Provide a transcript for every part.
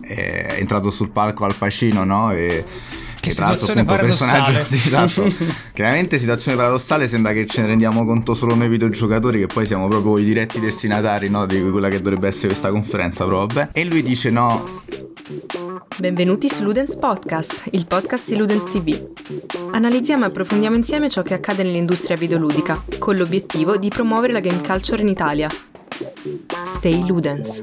è entrato sul palco Al Pacino, no? Che situazione paradossale. Sì, esatto. Chiaramente situazione paradossale, sembra che ce ne rendiamo conto solo noi videogiocatori, che poi siamo proprio i diretti destinatari, no, di quella che dovrebbe essere questa conferenza, però vabbè. E lui dice no. Benvenuti su Ludens Podcast, il podcast di Ludens TV. Analizziamo e approfondiamo insieme ciò che accade nell'industria videoludica, con l'obiettivo di promuovere la game culture in Italia. Stay Ludens.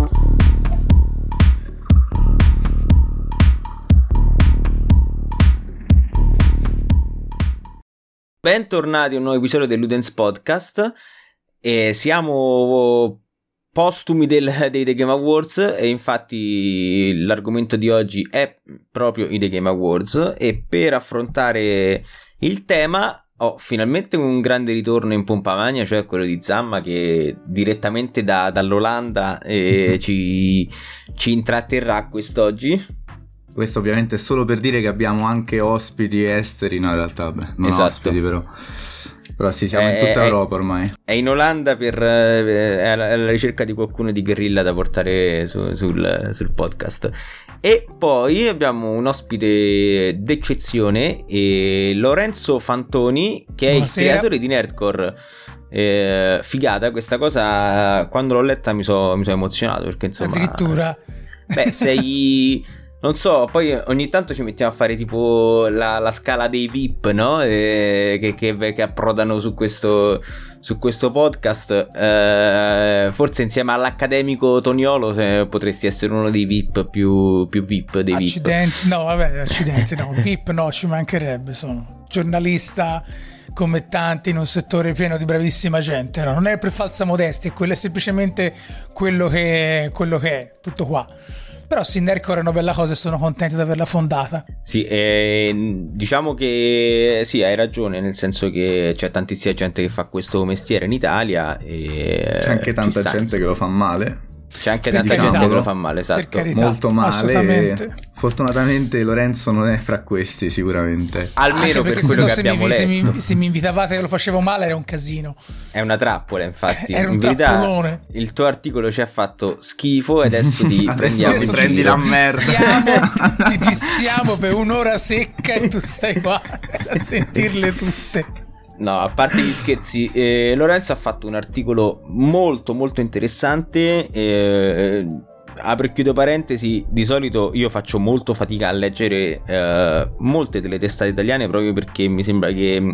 Bentornati a un nuovo episodio del Ludens Podcast. E siamo postumi dei The Game Awards, e infatti l'argomento di oggi è proprio i The Game Awards. E per affrontare il tema ho finalmente un grande ritorno in pompa magna, cioè quello di Zamma, che direttamente dall'Olanda ci intratterrà quest'oggi. Questo ovviamente è solo per dire che abbiamo anche ospiti esteri, no in realtà vabbè, non esatto. Ospiti però sì, siamo in tutta Europa ormai. È in Olanda è alla ricerca di qualcuno di guerrilla da portare sul podcast. E poi abbiamo un ospite d'eccezione, Lorenzo Fantoni, che è Buonasera. Il creatore di Nerdcore. Figata questa cosa, quando l'ho letta mi sono emozionato, perché insomma addirittura sei non so, poi ogni tanto ci mettiamo a fare tipo la scala dei VIP, no? Che approdano su questo podcast. Forse insieme all'accademico Toniolo potresti essere uno dei VIP più VIP dei accidenti, VIP. No, vabbè, accidenti, no, VIP no, ci mancherebbe, sono giornalista come tanti in un settore pieno di bravissima gente, no? Non è per falsa modestia, quello è semplicemente quello che è, tutto qua. Però sì, Nerdcore è una bella cosa e sono contento di averla fondata. Sì, diciamo che sì, hai ragione, nel senso che c'è tantissima gente che fa questo mestiere in Italia e c'è anche tanta gente che lo fa male. C'è anche tanta gente che lo fa male, esatto. Carità, molto male. Fortunatamente Lorenzo non è fra questi, sicuramente. Almeno per quello che abbiamo letto. Se mi invitavate che lo facevo male era un casino. È una trappola, infatti. Era un in verità trappolone. Il tuo articolo ci ha fatto schifo e adesso ti prendi la merda. Ti dissiamo per un'ora secca e tu stai qua a sentirle tutte. No, a parte gli scherzi, Lorenzo ha fatto un articolo molto molto interessante. Apro e chiudo parentesi, di solito io faccio molto fatica a leggere molte delle testate italiane, proprio perché mi sembra che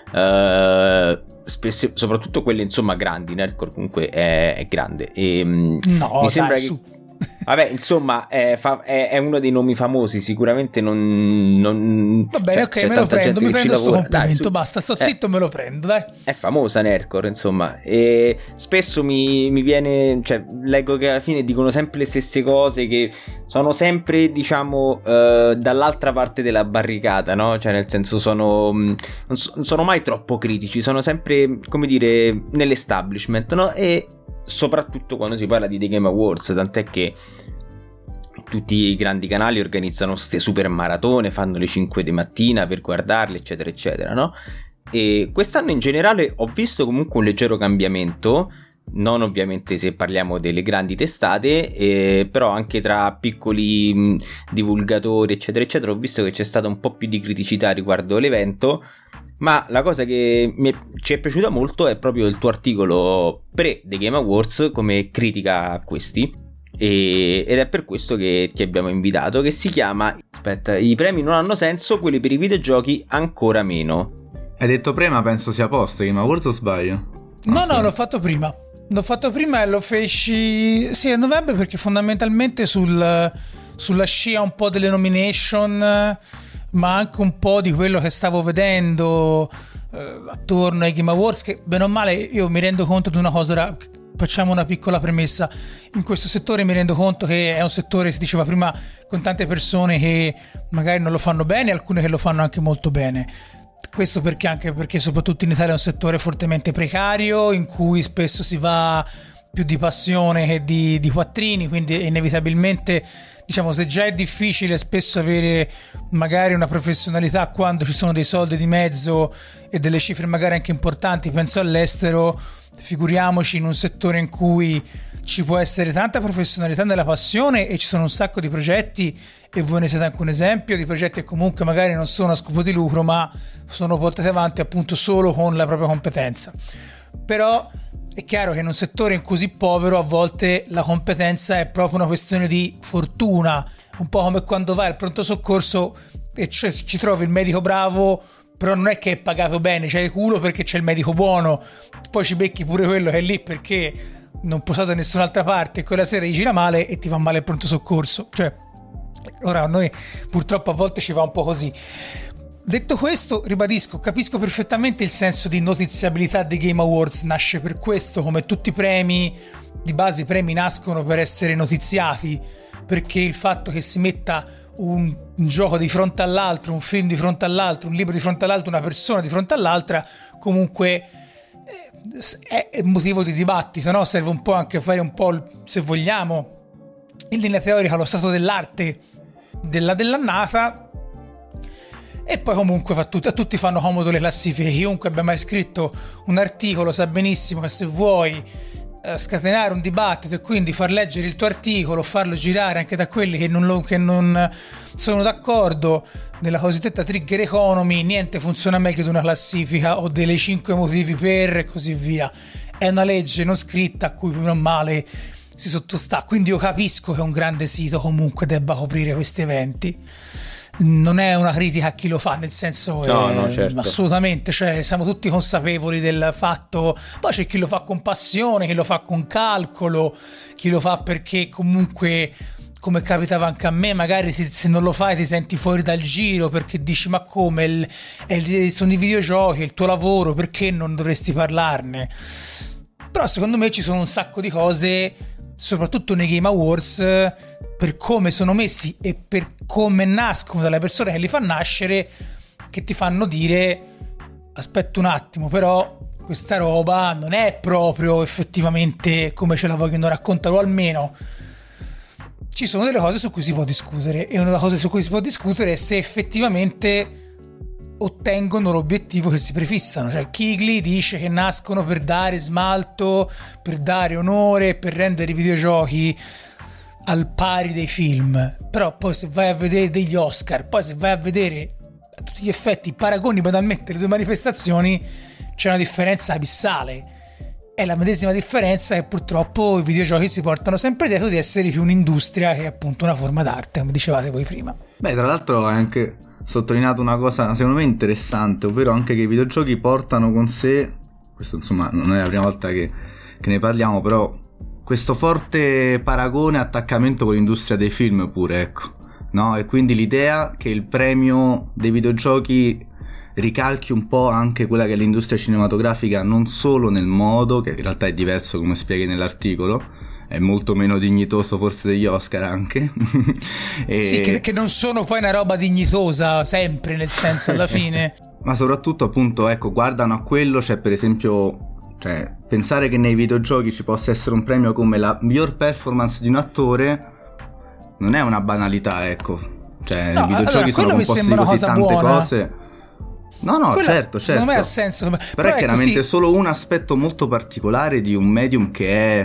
spesso, soprattutto quelle insomma grandi, Nerdcore comunque è grande e no, mi sembra dai, che vabbè, insomma, è uno dei nomi famosi, sicuramente non va bene, ok, me lo prendo, mi prendo sto complimento, basta, sto zitto, me lo prendo, dai. È famosa Nerdcore, insomma, e spesso mi viene, cioè, leggo che alla fine dicono sempre le stesse cose, che sono sempre, diciamo, dall'altra parte della barricata, no? Cioè, nel senso, non sono mai troppo critici, sono sempre, come dire, nell'establishment, no? E soprattutto quando si parla di The Game Awards, tant'è che tutti i grandi canali organizzano ste super maratone, fanno le 5 di mattina per guardarle, eccetera eccetera, no? E quest'anno in generale ho visto comunque un leggero cambiamento, non ovviamente se parliamo delle grandi testate, però anche tra piccoli divulgatori eccetera eccetera, ho visto che c'è stata un po' più di criticità riguardo l'evento. Ma la cosa che ci è piaciuta molto è proprio il tuo articolo pre The Game Awards come critica a questi, ed è per questo che ti abbiamo invitato, che si chiama I premi non hanno senso, quelli per i videogiochi ancora meno. Hai detto prima, penso sia a posto Game Awards, o sbaglio? No, l'ho fatto prima e lo feci sì a novembre, perché fondamentalmente sulla scia un po' delle nomination, ma anche un po' di quello che stavo vedendo attorno ai Game Awards, che bene o male io mi rendo conto di una cosa. Facciamo una piccola premessa: in questo settore mi rendo conto che è un settore, si diceva prima, con tante persone che magari non lo fanno bene, alcune che lo fanno anche molto bene. Questo anche perché soprattutto in Italia è un settore fortemente precario, in cui spesso si va più di passione che di quattrini, quindi inevitabilmente, diciamo, se già è difficile spesso avere magari una professionalità quando ci sono dei soldi di mezzo e delle cifre magari anche importanti, penso all'estero, figuriamoci in un settore in cui ci può essere tanta professionalità nella passione e ci sono un sacco di progetti, e voi ne siete anche un esempio di progetti che comunque magari non sono a scopo di lucro ma sono portati avanti appunto solo con la propria competenza. Però è chiaro che in un settore così povero a volte la competenza è proprio una questione di fortuna, un po' come quando vai al pronto soccorso e ci trovi il medico bravo, però non è che è pagato bene, c'hai il culo perché c'è il medico buono, poi ci becchi pure quello che è lì perché non posato da nessun'altra parte e quella sera gli gira male e ti va male il pronto soccorso. Cioè, ora a noi purtroppo a volte ci va un po' così. Detto questo, ribadisco, capisco perfettamente il senso di notiziabilità dei Game Awards, nasce per questo, come tutti i premi, di base i premi nascono per essere notiziati, perché il fatto che si metta un gioco di fronte all'altro, un film di fronte all'altro, un libro di fronte all'altro, una persona di fronte all'altra, comunque è motivo di dibattito, no? Serve un po' anche a fare un po', se vogliamo, in linea teorica lo stato dell'arte dell'annata. E poi comunque a tutti fanno comodo le classifiche. Chiunque abbia mai scritto un articolo sa benissimo che se vuoi scatenare un dibattito e quindi far leggere il tuo articolo, farlo girare anche da quelli che non sono d'accordo nella cosiddetta trigger economy, niente funziona meglio di una classifica o delle 5 motivi per e così via. È una legge non scritta a cui non male si sottostà, quindi io capisco che un grande sito comunque debba coprire questi eventi. Non è una critica a chi lo fa, nel senso no, certo. Assolutamente, cioè siamo tutti consapevoli del fatto, poi c'è chi lo fa con passione, chi lo fa con calcolo, chi lo fa perché comunque, come capitava anche a me, magari se non lo fai ti senti fuori dal giro perché dici ma come sono i videogiochi, il tuo lavoro, perché non dovresti parlarne? Però secondo me ci sono un sacco di cose, soprattutto nei Game Awards, per come sono messi e per come nascono dalle persone che li fa nascere, che ti fanno dire aspetta un attimo, però questa roba non è proprio effettivamente come ce la vogliono raccontare, o almeno ci sono delle cose su cui si può discutere, e una delle cose su cui si può discutere è se effettivamente ottengono l'obiettivo che si prefissano. Cioè Kigli dice che nascono per dare smalto, per dare onore, per rendere i videogiochi al pari dei film, però poi se vai a vedere degli Oscar, poi se vai a vedere a tutti gli effetti paragoni banalmente le due manifestazioni, c'è una differenza abissale. È la medesima differenza che purtroppo i videogiochi si portano sempre dietro di essere più un'industria che appunto una forma d'arte, come dicevate voi prima. Beh, tra l'altro hai anche sottolineato una cosa secondo me interessante, ovvero anche che i videogiochi portano con sé, questo insomma non è la prima volta che ne parliamo, però questo forte paragone e attaccamento con l'industria dei film pure, ecco, no? E quindi l'idea che il premio dei videogiochi ricalchi un po' anche quella che è l'industria cinematografica, non solo nel modo, che in realtà è diverso come spieghi nell'articolo, è molto meno dignitoso forse degli Oscar anche. E... sì, che non sono poi una roba dignitosa sempre, nel senso alla fine. Ma soprattutto appunto, ecco, guardano a quello, cioè per esempio... Cioè, pensare che nei videogiochi ci possa essere un premio come la miglior performance di un attore non è una banalità, ecco. Cioè, no, i videogiochi sono composti di così tante cose. No, quella, certo. Secondo me ha senso. Però è chiaramente solo un aspetto molto particolare di un medium che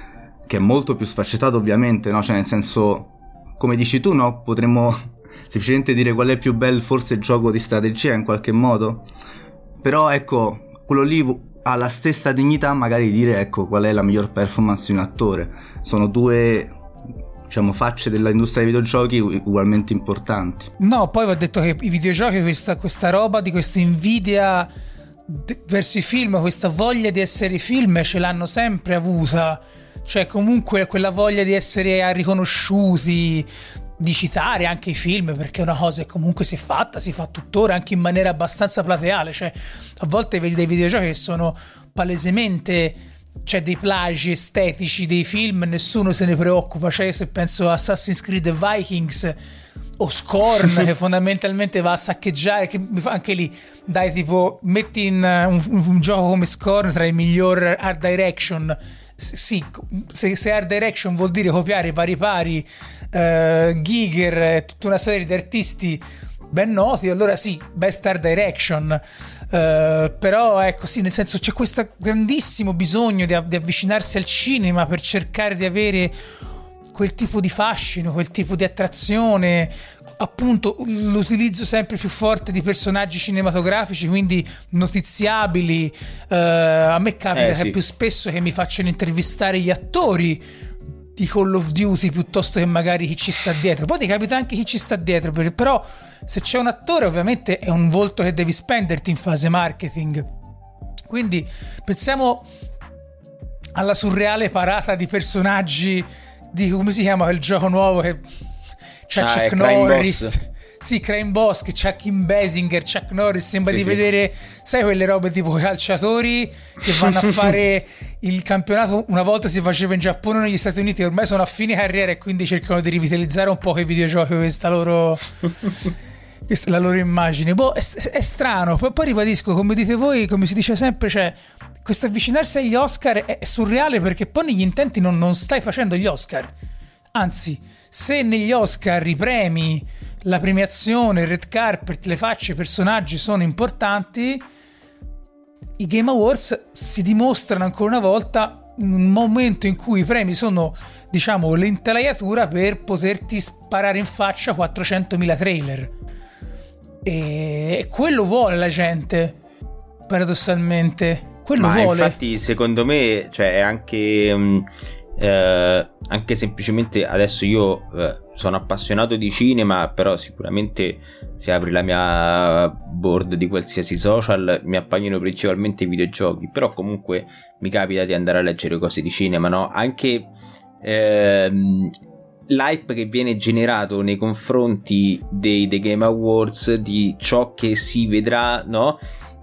è molto più sfaccettato, ovviamente, no? Cioè, nel senso, come dici tu, no? Potremmo semplicemente dire qual è il più bel, forse, gioco di strategia in qualche modo. Però, ecco, quello lì ha la stessa dignità magari di dire ecco qual è la miglior performance di un attore. Sono due, diciamo, facce dell'industria dei videogiochi ugualmente importanti. No, poi va detto che i videogiochi, questa roba di questa invidia verso i film, questa voglia di essere film ce l'hanno sempre avuta, cioè comunque quella voglia di essere riconosciuti, di citare anche i film, perché è una cosa che comunque si fa tuttora anche in maniera abbastanza plateale. Cioè a volte vedi dei videogiochi che sono palesemente, c'è dei plagi estetici dei film, nessuno se ne preoccupa. Cioè se penso a Assassin's Creed Vikings o Scorn che fondamentalmente va a saccheggiare, che anche lì dai, tipo metti in un gioco come Scorn tra i miglior art direction sì, se art direction vuol dire copiare pari Giger e tutta una serie di artisti ben noti, allora sì, best art direction. Però ecco, sì, nel senso c'è questo grandissimo bisogno di avvicinarsi al cinema per cercare di avere quel tipo di fascino, quel tipo di attrazione, appunto l'utilizzo sempre più forte di personaggi cinematografici, quindi notiziabili. A me capita che più spesso che mi facciano intervistare gli attori di Call of Duty piuttosto che magari chi ci sta dietro. Poi ti capita anche chi ci sta dietro, però se c'è un attore ovviamente è un volto che devi spenderti in fase marketing. Quindi pensiamo alla surreale parata di personaggi di, come si chiama quel gioco nuovo che c'è Chuck Norris, sì, Crime Boss, che c'è Kim Basinger, Chuck Norris, sembra di vedere, sai, quelle robe tipo calciatori che vanno a fare il campionato, una volta si faceva in Giappone o negli Stati Uniti, ormai sono a fine carriera e quindi cercano di rivitalizzare un po' i videogiochi, questa loro la loro immagine. È strano. Poi ribadisco, come dite voi, come si dice sempre, cioè questo avvicinarsi agli Oscar è surreale, perché poi negli intenti non stai facendo gli Oscar, anzi, se negli Oscar i premi, la premiazione, il red carpet, le facce, i personaggi sono importanti, i Game Awards si dimostrano ancora una volta un momento in cui i premi sono, diciamo, l'intelaiatura per poterti sparare in faccia 400.000 trailer, e quello vuole la gente, paradossalmente. Quello vuole. Infatti secondo me, cioè, è anche semplicemente adesso io sono appassionato di cinema, però sicuramente se apri la mia board di qualsiasi social mi appaiono principalmente i videogiochi, però comunque mi capita di andare a leggere cose di cinema, no? Anche l'hype che viene generato nei confronti dei Game Awards, di ciò che si vedrà, no?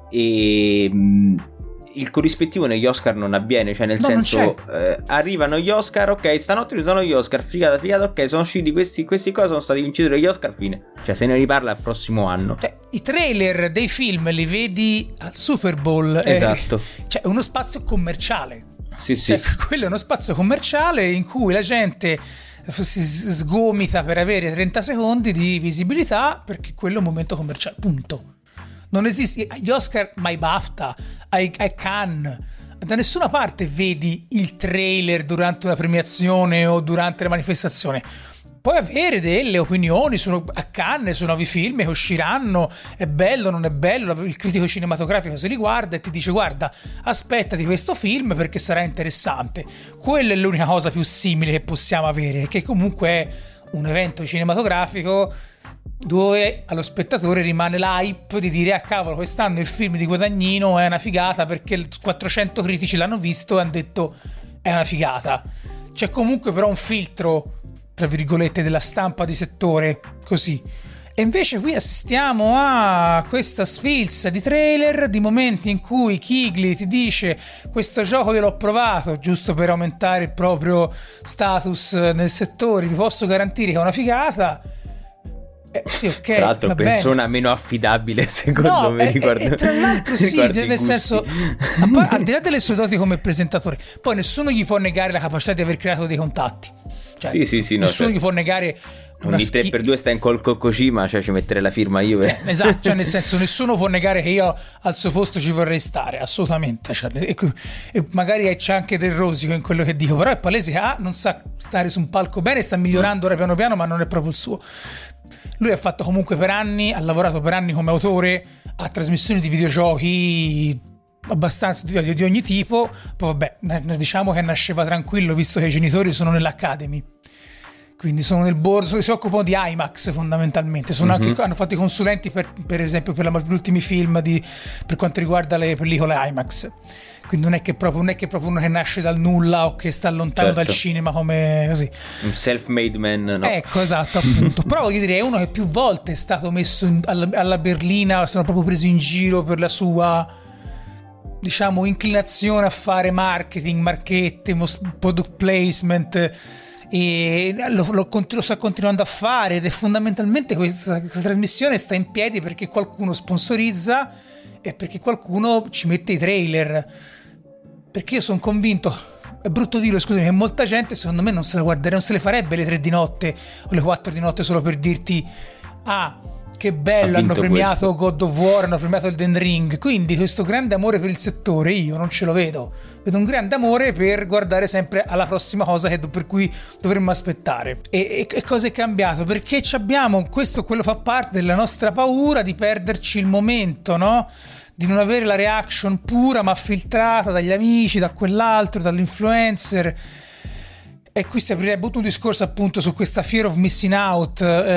E il corrispettivo negli Oscar non avviene, cioè nel senso arrivano gli Oscar, ok, stanotte ci sono gli Oscar, figata, ok, sono usciti questi qua, sono stati vincitori degli Oscar, fine, cioè se ne riparla il prossimo anno. I trailer dei film li vedi al Super Bowl, esatto, cioè uno spazio commerciale, sì. Cioè, quello è uno spazio commerciale in cui la gente si sgomita per avere 30 secondi di visibilità, perché quello è un momento commerciale, punto. Non esiste agli Oscar, ma ai BAFTA, ai Cannes, da nessuna parte vedi il trailer durante una premiazione o durante la manifestazione. Puoi avere delle opinioni a Cannes su nuovi film che usciranno, è bello, non è bello, il critico cinematografico se li guarda e ti dice guarda, aspettati questo film perché sarà interessante. Quella è l'unica cosa più simile che possiamo avere, che comunque è un evento cinematografico dove allo spettatore rimane l'hype di dire cavolo, quest'anno il film di Guadagnino è una figata perché 400 critici l'hanno visto e hanno detto è una figata. C'è comunque però un filtro, tra virgolette, della stampa di settore, così. E invece qui assistiamo a questa sfilza di trailer, di momenti in cui Keighley ti dice questo gioco io l'ho provato, giusto per aumentare il proprio status nel settore, vi posso garantire che è una figata. Sì, ok. Tra l'altro persona meno affidabile secondo me riguardo, tra l'altro sì, nel senso, al di là delle sue doti come presentatore, poi nessuno gli può negare la capacità di aver creato dei contatti, cioè, sì, nessuno gli può negare ogni 3x2 sta in col Kojima, cioè ci mettere la firma io esatto, cioè nel senso nessuno può negare che io al suo posto ci vorrei stare, assolutamente, cioè, e magari c'è anche del rosico in quello che dico, però è palese che non sa stare su un palco bene, sta migliorando ora piano piano, ma non è proprio il suo. Lui ha fatto comunque ha lavorato per anni come autore a trasmissioni di videogiochi abbastanza di ogni tipo. Poi vabbè, diciamo che nasceva tranquillo visto che i genitori sono nell'Academy, quindi sono nel board, si occupano di IMAX fondamentalmente, sono anche, hanno fatto i consulenti per esempio per gli ultimi film per quanto riguarda le pellicole IMAX. Quindi non è che proprio uno che nasce dal nulla o che sta lontano dal cinema, come così. Un self-made man, no? Ecco, esatto, appunto. Però voglio dire, è uno che più volte è stato messo alla berlina, sono proprio preso in giro per la sua, diciamo, inclinazione a fare marketing, product placement, e lo sta continuando a fare, ed è fondamentalmente questa trasmissione sta in piedi perché qualcuno sponsorizza e perché qualcuno ci mette i trailer. Perché io sono convinto, è brutto dirlo, scusami, che molta gente secondo me non se la guarderebbe, non se le farebbe le 3 di notte o le 4 di notte solo per dirti che bello, hanno premiato God of War, hanno premiato Elden Ring. Quindi questo grande amore per il settore io non ce lo vedo un grande amore per guardare sempre alla prossima cosa per cui dovremmo aspettare. E cosa è cambiato? Perché abbiamo questo, quello fa parte della nostra paura di perderci il momento, no? Di non avere la reaction pura ma filtrata dagli amici, da quell'altro, dall'influencer. E qui si aprirebbe tutto un discorso appunto su questa fear of missing out.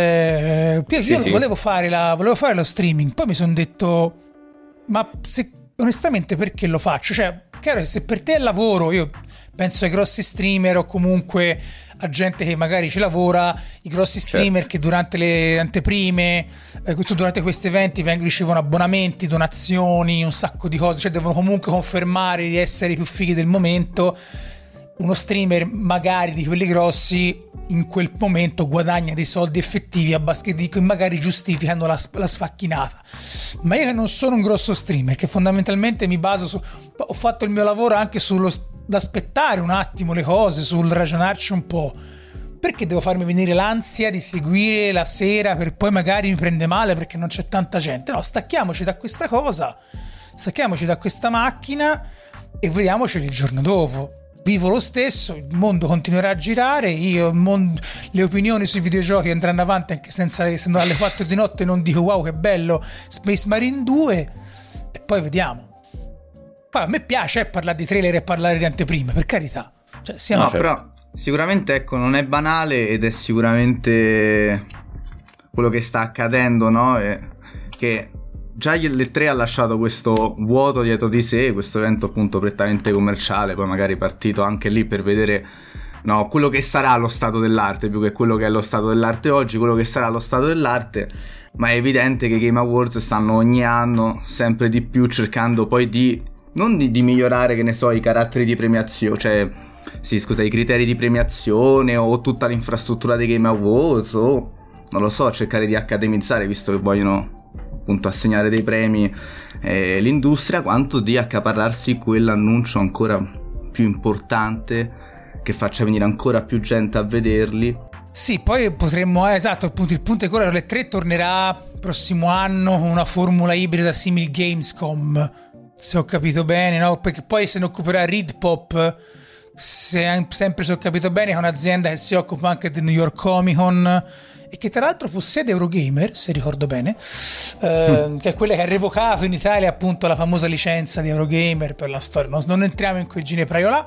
Io volevo fare lo streaming, poi mi sono detto, ma onestamente perché lo faccio? Cioè, chiaro che se per te è lavoro, io penso ai grossi streamer o comunque a gente che magari ci lavora, i grossi streamer che durante le anteprime, durante questi eventi ricevono abbonamenti, donazioni, un sacco di cose, cioè devono comunque confermare di essere i più fighi del momento. Uno streamer magari di quelli grossi in quel momento guadagna dei soldi effettivi a basket che magari giustificano la sfacchinata. Ma io che non sono un grosso streamer, che fondamentalmente mi baso ho fatto il mio lavoro anche aspettare un attimo le cose, sul ragionarci un po', perché devo farmi venire l'ansia di seguire la sera per poi magari mi prende male perché non c'è tanta gente? No, stacchiamoci da questa cosa, stacchiamoci da questa macchina e vediamoci il giorno dopo. Vivo lo stesso, il mondo continuerà a girare, le opinioni sui videogiochi andranno avanti anche senza, essendo alle 4 di notte non dico wow che bello Space Marine 2 e poi vediamo. Poi a me piace parlare di trailer e parlare di anteprime, per carità, cioè, no, però sicuramente ecco non è banale ed è sicuramente quello che sta accadendo, no? Che già l'E3 ha lasciato questo vuoto dietro di sé, questo evento appunto prettamente commerciale, poi magari partito anche lì per vedere quello che sarà lo stato dell'arte, più che quello che è lo stato dell'arte oggi, quello che sarà lo stato dell'arte. Ma è evidente che i Game Awards stanno ogni anno sempre di più cercando poi non di migliorare, che ne so, i caratteri di premiazione, cioè i criteri di premiazione o tutta l'infrastruttura dei Game Awards, o non lo so, cercare di accademizzare, visto che vogliono appunto assegnare dei premi l'industria, quanto di accaparrarsi quell'annuncio ancora più importante che faccia venire ancora più gente a vederli. Sì, poi potremmo, esatto, appunto il punto è che l'E3 tornerà prossimo anno con una formula ibrida simile Gamescom, se ho capito bene, no? Perché poi se ne occuperà Ridpop, sempre se ho capito bene, è un'azienda che si occupa anche del New York Comic Con e che tra l'altro possiede Eurogamer, se ricordo bene, che è quella che ha revocato in Italia appunto la famosa licenza di Eurogamer per la storia. Non entriamo in quel ginepraio là,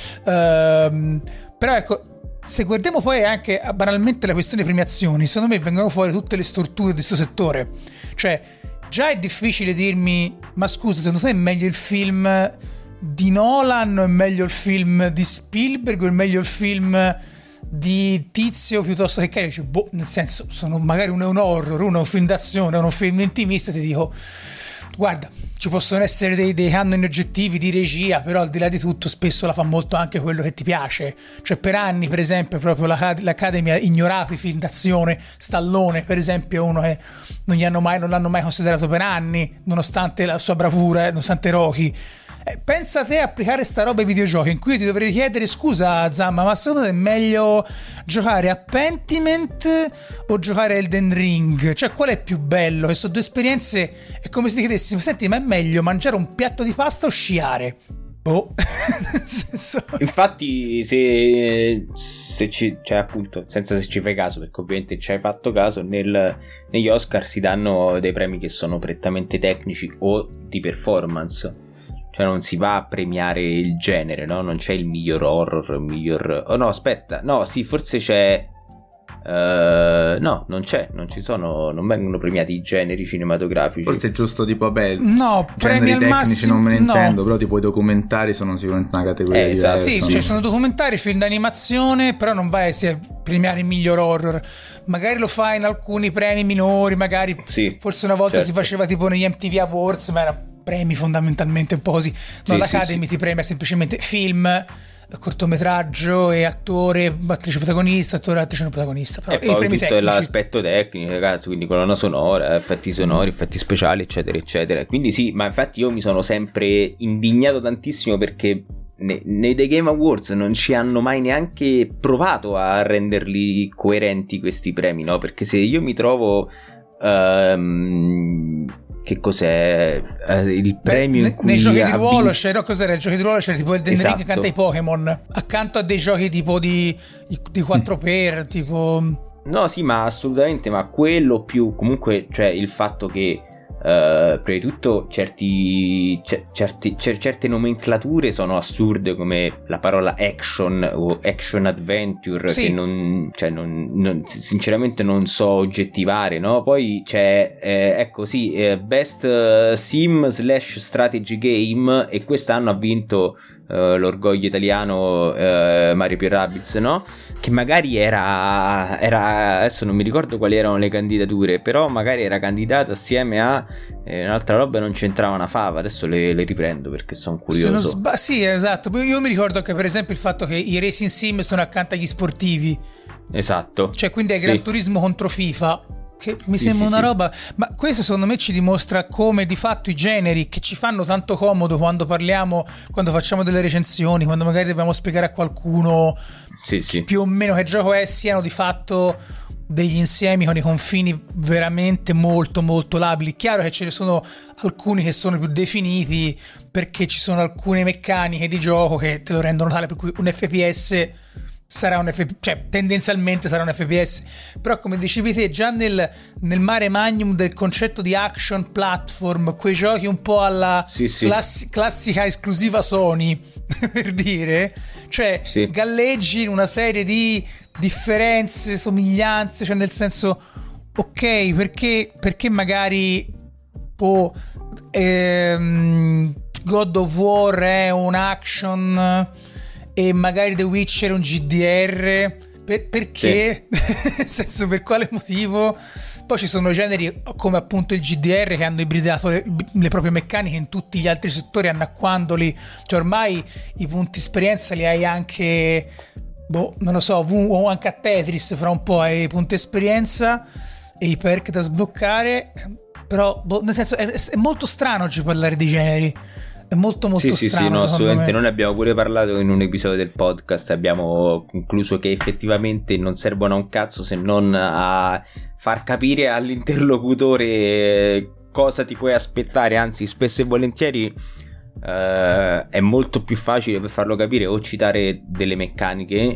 però ecco, se guardiamo poi anche banalmente la questione premiazioni, secondo me vengono fuori tutte le storture di questo settore. Cioè già è difficile dirmi, ma scusa, secondo te è meglio il film di Nolan o è meglio il film di Spielberg o è meglio il film di Tizio piuttosto che cioè, nel senso, sono magari uno è un horror, uno è un film d'azione, uno è un film intimista, ti dico guarda, ci possono essere dei canoni oggettivi di regia, però al di là di tutto spesso la fa molto anche quello che ti piace. Cioè per anni per esempio proprio l'Academy ha ignorato i film d'azione. Stallone per esempio è uno che non l'hanno mai considerato per anni, nonostante la sua bravura, nonostante Rocky. Pensa a te applicare sta roba ai videogiochi, in cui io ti dovrei chiedere scusa Zamma, ma secondo te è meglio giocare a Pentiment o giocare a Elden Ring? Cioè qual è più bello? Che sono due esperienze, è come se ti chiedessi, senti, ma è meglio mangiare un piatto di pasta o sciare? Infatti se ci, cioè appunto, senza se ci fai caso, perché ovviamente ci hai fatto caso, negli Oscar si danno dei premi che sono prettamente tecnici o di performance. Cioè non si va a premiare il genere, no? Non c'è il miglior horror, il miglior... Oh no, aspetta, no, sì, forse c'è... no, non vengono premiati i generi cinematografici. Forse è giusto tipo, vabbè, no, generi tecnici massimo, non me ne intendo, però tipo i documentari sono sicuramente una categoria diversa. Sì, cioè sono documentari, film d'animazione, però non vai a premiare il miglior horror. Magari lo fai in alcuni premi minori, magari sì, forse una volta si faceva tipo negli MTV Awards, ma era premi fondamentalmente un po' così. No, l'Academy ti premia semplicemente film, cortometraggio e attore, attrice protagonista, attore, attrice non protagonista, però e poi tutto l'aspetto tecnico, ragazzi, quindi colonna sonora, effetti sonori, effetti speciali, eccetera eccetera. Quindi sì, ma infatti io mi sono sempre indignato tantissimo perché nei The Game Awards non ci hanno mai neanche provato a renderli coerenti questi premi, no? Perché se io mi trovo che cos'è il premio in cui nei giochi di ruolo c'era, cos'era il gioco di ruolo, c'era tipo il Elden Ring che canta i Pokémon accanto a dei giochi tipo di 4x tipo. No, sì, ma assolutamente, ma quello più comunque, cioè il fatto che prima di tutto certe nomenclature sono assurde, come la parola action o action adventure, sì, che sinceramente non so oggettivare, no? Poi c'è ecco sì, best sim / strategy game, e quest'anno ha vinto l'orgoglio italiano Mario + Rabbids, no? Che magari era adesso non mi ricordo quali erano le candidature, però magari era candidato assieme a un'altra roba e non c'entrava una fava. Adesso le riprendo perché sono curioso. Sì, esatto. Io mi ricordo che per esempio il fatto che i racing sim sono accanto agli sportivi, esatto, cioè quindi è Gran Turismo contro FIFA, che mi sembra una roba, ma questo secondo me ci dimostra come di fatto i generi che ci fanno tanto comodo quando facciamo delle recensioni, quando magari dobbiamo spiegare a qualcuno più o meno che gioco è, siano di fatto degli insiemi con i confini veramente molto molto labili. Chiaro che ce ne sono alcuni che sono più definiti perché ci sono alcune meccaniche di gioco che te lo rendono tale per cui un FPS sarà un FPS, cioè tendenzialmente sarà un FPS, però come dicevi te già nel mare magnum del concetto di action platform, quei giochi un po' alla classica esclusiva Sony per dire, cioè galleggi in una serie di differenze, somiglianze, cioè nel senso ok, perché magari God of War è un action e magari The Witcher è un GDR, perché? Nel senso, per quale motivo? Poi ci sono generi come appunto il GDR che hanno ibridato le proprie meccaniche in tutti gli altri settori, annacquandoli, cioè ormai i punti esperienza li hai anche, non lo so, o anche a Tetris fra un po' hai i punti esperienza e i perk da sbloccare, però nel senso è molto strano oggi parlare di generi. È molto molto strano. No, assolutamente. Noi ne abbiamo pure parlato in un episodio del podcast. Abbiamo concluso che effettivamente non servono a un cazzo se non a far capire all'interlocutore cosa ti puoi aspettare. Anzi, spesso e volentieri è molto più facile per farlo capire o citare delle meccaniche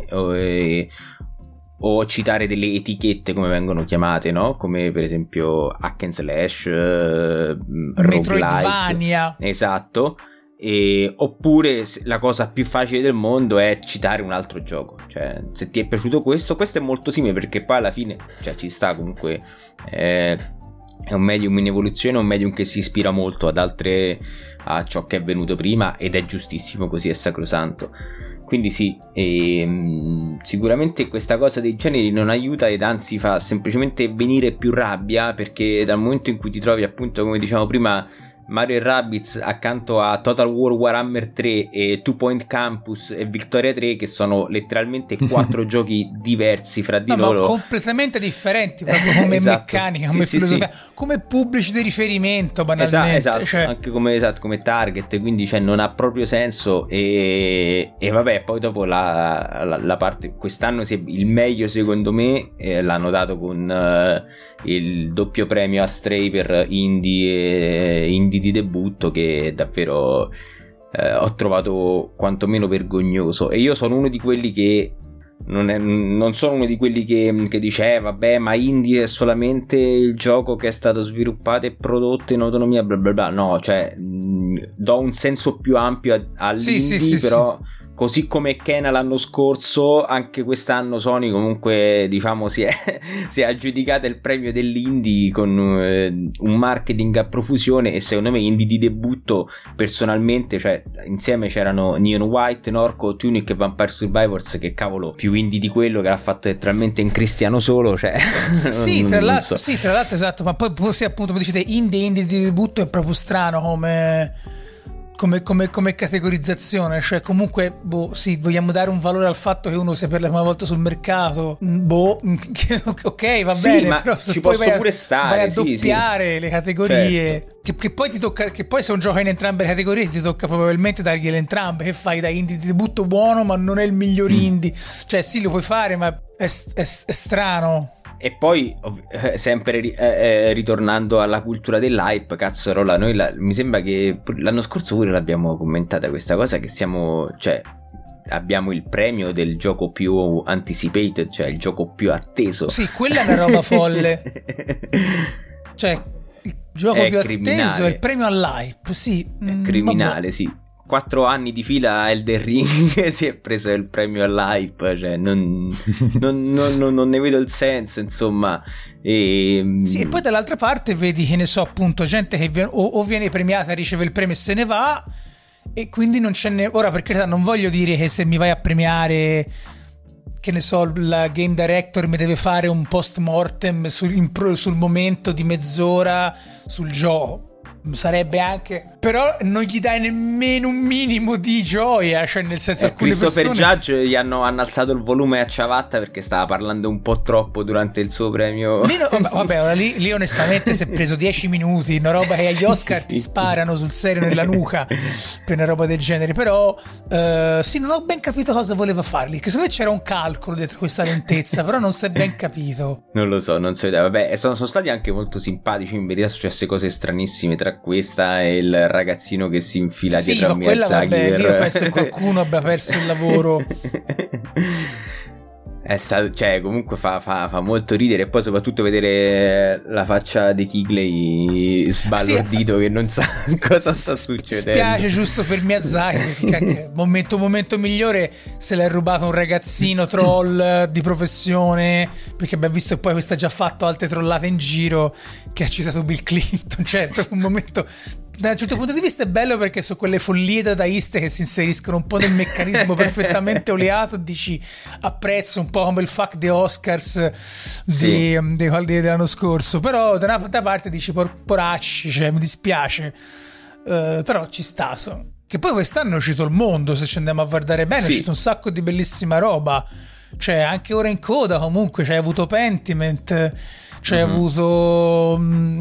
o citare delle etichette, come vengono chiamate, no? Come per esempio hack and slash, Metroidvania, esatto. Oppure la cosa più facile del mondo è citare un altro gioco, cioè se ti è piaciuto questo è molto simile, perché poi alla fine, cioè, ci sta comunque, è un medium in evoluzione, un medium che si ispira molto a ciò che è venuto prima, ed è giustissimo così, è sacrosanto. Quindi sì, sicuramente questa cosa dei generi non aiuta, ed anzi fa semplicemente venire più rabbia, perché dal momento in cui ti trovi, appunto, come diciamo prima, Mario + Rabbids accanto a Total War Warhammer 3 e Two Point Campus e Victoria 3, che sono letteralmente 4 giochi diversi fra di loro, ma completamente differenti proprio come meccanica, come filosofia, come pubblici di riferimento, banalmente. Esatto. Cioè, anche come target, quindi cioè, non ha proprio senso. E vabbè, poi dopo la parte, quest'anno il meglio secondo me l'hanno dato con il doppio premio a Stray per indie di debutto, che davvero ho trovato quantomeno vergognoso. E io sono uno di quelli che non sono uno di quelli che dice vabbè, ma indie è solamente il gioco che è stato sviluppato e prodotto in autonomia, bla bla bla. No, cioè do un senso più ampio all'indie, però così come Kena l'anno scorso, anche quest'anno Sony comunque, diciamo, si è aggiudicata il premio dell'indie con un marketing a profusione. E secondo me indie di debutto, personalmente, cioè insieme c'erano Neon White, Norco, Tunic e Vampire Survivors, che cavolo, più indie di quello che l'ha fatto letteralmente in cristiano solo, cioè tra l'altro esatto. Ma poi sì, appunto, come dicete, indie di debutto è proprio strano come categorizzazione, cioè comunque sì, vogliamo dare un valore al fatto che uno sia per la prima volta sul mercato, ok, va sì, bene, ma però ci posso pure stare, vai a doppiare le categorie, certo. che poi ti tocca, che poi se un gioco in entrambe le categorie ti tocca probabilmente dargliele entrambe, che fai da indie di debutto buono ma non è il miglior indie, cioè sì, lo puoi fare ma è strano. E poi sempre ritornando alla cultura dell'hype, cazzarola, noi mi sembra che l'anno scorso pure l'abbiamo commentata questa cosa, che cioè abbiamo il premio del gioco più anticipated, cioè il gioco più atteso. Sì, quella è una roba folle. Cioè il gioco più atteso è il premio all'hype, sì. È criminale, sì. 4 anni di fila Elden Ring si è preso il premio all'hype, cioè non ne vedo il senso, insomma. Sì, e poi dall'altra parte vedi, che ne so, appunto, gente che o viene premiata, riceve il premio e se ne va, e quindi non ce n'è. Ora, per carità, non voglio dire che se mi vai a premiare, che ne so, la game director mi deve fare un post mortem sul momento di mezz'ora sul gioco. Sarebbe anche, però non gli dai nemmeno un minimo di gioia, cioè nel senso, alcune Christopher persone... Judge gli hanno alzato il volume a ciabatta perché stava parlando un po' troppo durante il suo premio. Vabbè, lì onestamente si è preso 10 minuti, una roba che agli Oscar ti sparano sul serio nella nuca per una roba del genere, però sì, non ho ben capito cosa voleva farli, che secondo me c'era un calcolo dietro questa lentezza, però non si è ben capito. Non lo so, non so idea. Vabbè, sono stati anche molto simpatici, in verità successe cose stranissime tra questa e il ragazzino che si infila dietro a Miyazaki. Io penso che qualcuno abbia perso il lavoro. È stato, cioè, comunque fa molto ridere, e poi soprattutto vedere la faccia di Kigley sbalordito, sì, che non sa cosa sta succedendo. Spiace giusto per Miyazaki, perché momento migliore se l'è rubato un ragazzino troll di professione, perché abbiamo visto che poi questo ha già fatto altre trollate in giro, che ha citato Bill Clinton, cioè è proprio un momento... Da un certo punto di vista è bello, perché sono quelle follie dadaiste che si inseriscono un po' nel meccanismo perfettamente oleato, dici apprezzo, un po' come il fuck the Oscars dell'anno scorso, però da una parte dici poracci, cioè mi dispiace, però ci sta. Che poi quest'anno è uscito il mondo, se ci andiamo a guardare bene, sì. È uscito un sacco di bellissima roba, cioè anche ora in coda comunque c'hai avuto Pentiment, c'hai avuto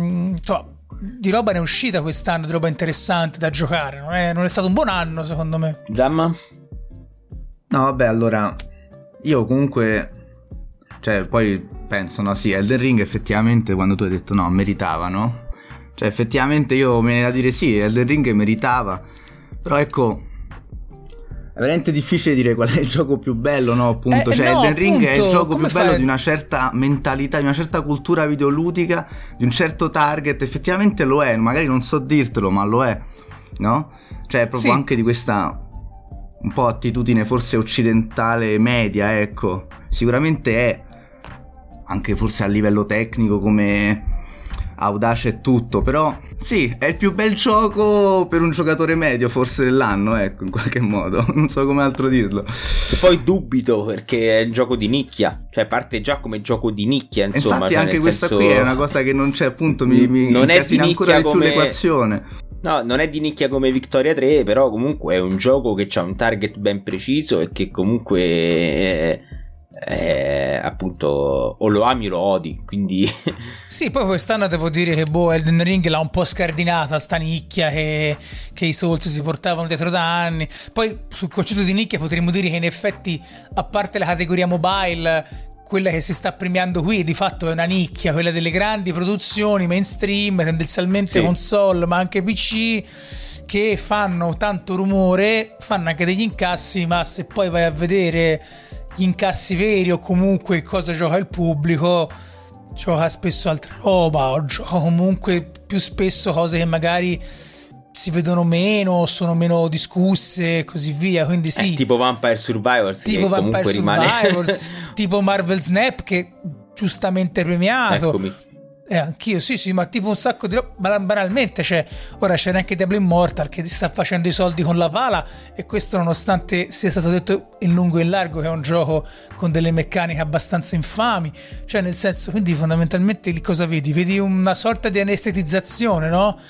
di roba ne è uscita quest'anno, di roba interessante da giocare. Non è stato un buon anno, secondo me. Zamma? No, vabbè, allora io comunque, cioè, poi penso, no, sì, Elden Ring effettivamente, quando tu hai detto no, meritava, no? Cioè, effettivamente io mi viene da dire sì, Elden Ring meritava, però ecco, è veramente difficile dire qual è il gioco più bello, no? Appunto, cioè no, Elden Ring è il gioco più bello di una certa mentalità, di una certa cultura videoludica, di un certo target. Effettivamente lo è, magari non so dirtelo, ma lo è, no? Cioè è proprio anche di questa un po' attitudine forse occidentale media, ecco. Sicuramente è, anche forse a livello tecnico, come audace e tutto, però sì, è il più bel gioco per un giocatore medio forse dell'anno, ecco, in qualche modo, non so come altro dirlo. E poi dubito, perché è un gioco di nicchia, cioè parte già come gioco di nicchia, insomma. Infatti cioè, anche questa qui è una cosa che non c'è, appunto, mi non è di ancora nicchia di più come l'equazione. No, non è di nicchia come Victoria 3, però comunque è un gioco che ha un target ben preciso e che comunque appunto o lo ami o lo odi, quindi sì. Poi quest'anno devo dire che Elden Ring l'ha un po' scardinata sta nicchia che i Souls si portavano dietro da anni. Poi sul concetto di nicchia potremmo dire che in effetti, a parte la categoria mobile, quella che si sta premiando qui di fatto è una nicchia, quella delle grandi produzioni mainstream, tendenzialmente console ma anche PC, che fanno tanto rumore, fanno anche degli incassi, ma se poi vai a vedere gli incassi veri o comunque cosa gioca il pubblico, gioca spesso altra roba, o gioca comunque più spesso cose che magari si vedono meno, sono meno discusse e così via, quindi sì, tipo Vampire Survivors, tipo che Vampire comunque Survivors, tipo Marvel Snap, che giustamente premiato. Eccomi. Anch'io, sì, ma tipo un sacco di roba, banalmente, cioè, ora c'è anche Diablo Immortal che ti sta facendo i soldi con la pala, e questo nonostante sia stato detto in lungo e in largo che è un gioco con delle meccaniche abbastanza infami, cioè nel senso, quindi fondamentalmente cosa vedi? Vedi una sorta di anestetizzazione, no?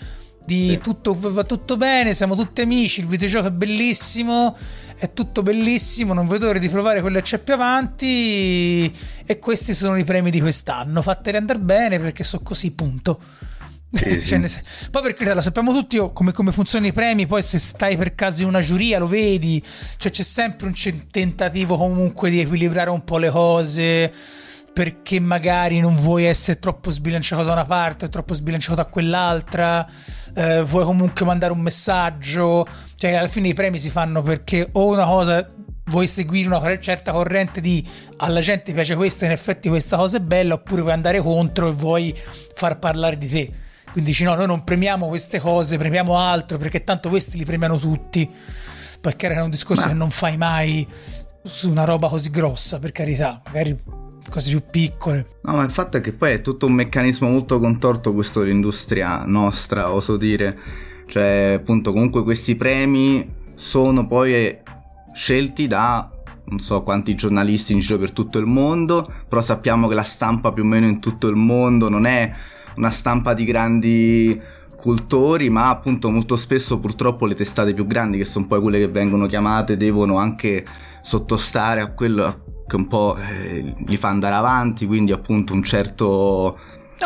di tutto, va tutto bene, siamo tutti amici, il videogioco è bellissimo, è tutto bellissimo, non vedo l'ora di provare quello che c'è più avanti, e questi sono i premi di quest'anno, fateli andare bene perché so così, punto. Sì. Poi per carità, lo sappiamo tutti come funzionano i premi, poi se stai per caso in una giuria lo vedi, cioè c'è sempre un tentativo comunque di equilibrare un po' le cose, perché magari non vuoi essere troppo sbilanciato da una parte o troppo sbilanciato da quell'altra, vuoi comunque mandare un messaggio, cioè alla fine i premi si fanno perché o una cosa vuoi seguire una certa corrente di alla gente piace questa, in effetti questa cosa è bella, oppure vuoi andare contro e vuoi far parlare di te, quindi dici no, noi non premiamo queste cose, premiamo altro perché tanto questi li premiano tutti. Poi che era un discorso che non fai mai su una roba così grossa, per carità, magari cose più piccole. No, ma il fatto è che poi è tutto un meccanismo molto contorto questo dell'industria nostra, oso dire, cioè appunto comunque questi premi sono poi scelti da non so quanti giornalisti in giro per tutto il mondo, però sappiamo che la stampa più o meno in tutto il mondo non è una stampa di grandi cultori, ma appunto molto spesso purtroppo le testate più grandi, che sono poi quelle che vengono chiamate, devono anche sottostare a quello che un po' li fa andare avanti, quindi appunto un certo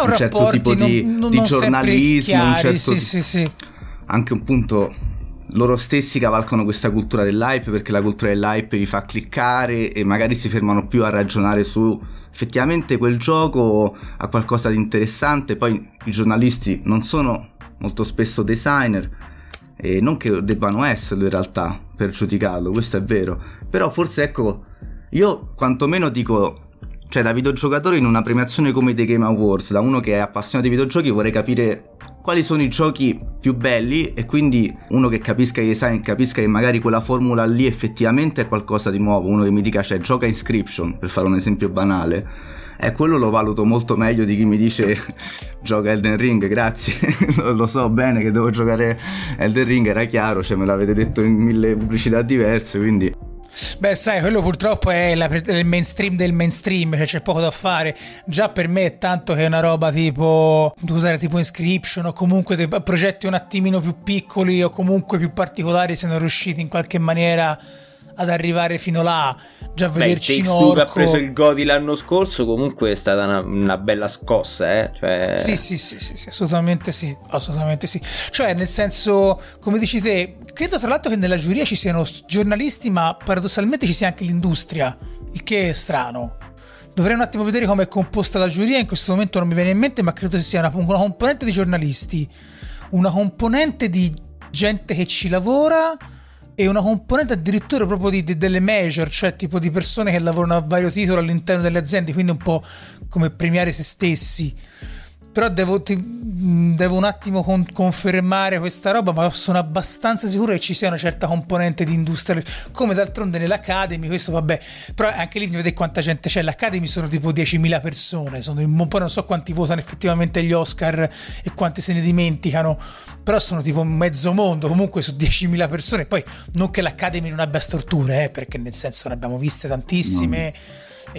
tipo di giornalismo, chiari, un certo sì. Anche un punto loro stessi cavalcano questa cultura dell'hype, perché la cultura dell'hype vi fa cliccare e magari si fermano più a ragionare su effettivamente quel gioco ha qualcosa di interessante. Poi i giornalisti non sono molto spesso designer, e non che debbano esserlo in realtà per giudicarlo, questo è vero, però forse ecco, io quantomeno dico, cioè da videogiocatore in una premiazione come The Game Awards, da uno che è appassionato di videogiochi, vorrei capire quali sono i giochi più belli, e quindi uno che capisca i design, capisca che magari quella formula lì effettivamente è qualcosa di nuovo, uno che mi dica cioè gioca Inscription, per fare un esempio banale, quello lo valuto molto meglio di chi mi dice gioca Elden Ring, grazie. Lo so bene che devo giocare Elden Ring, era chiaro, cioè me l'avete detto in 1000 pubblicità diverse, quindi beh sai, quello purtroppo è il mainstream del mainstream, cioè c'è poco da fare. Già per me è tanto che è una roba tipo usare tipo Inscription, o comunque dei progetti un attimino più piccoli o comunque più particolari siano riusciti in qualche maniera ad arrivare fino là. Già vederci in orco, che ha preso il GOTY l'anno scorso comunque è stata una bella scossa, cioè sì, assolutamente sì, cioè nel senso, come dici te, credo tra l'altro che nella giuria ci siano giornalisti, ma paradossalmente ci sia anche l'industria, il che è strano. Dovrei un attimo vedere come è composta la giuria, in questo momento non mi viene in mente, ma credo ci sia una componente di giornalisti, una componente di gente che ci lavora e una componente addirittura proprio delle major, cioè tipo di persone che lavorano a vario titolo all'interno delle aziende, quindi un po' come premiare se stessi. Però devo un attimo confermare questa roba, ma sono abbastanza sicuro che ci sia una certa componente di industria, come d'altronde nell'Academy, questo vabbè, però anche lì vedete quanta gente c'è. L'Academy sono tipo 10.000 persone, poi non so quanti votano effettivamente gli Oscar e quanti se ne dimenticano, però sono tipo mezzo mondo comunque su 10.000 persone. Poi non che l'Academy non abbia storture, perché nel senso ne abbiamo viste tantissime, no.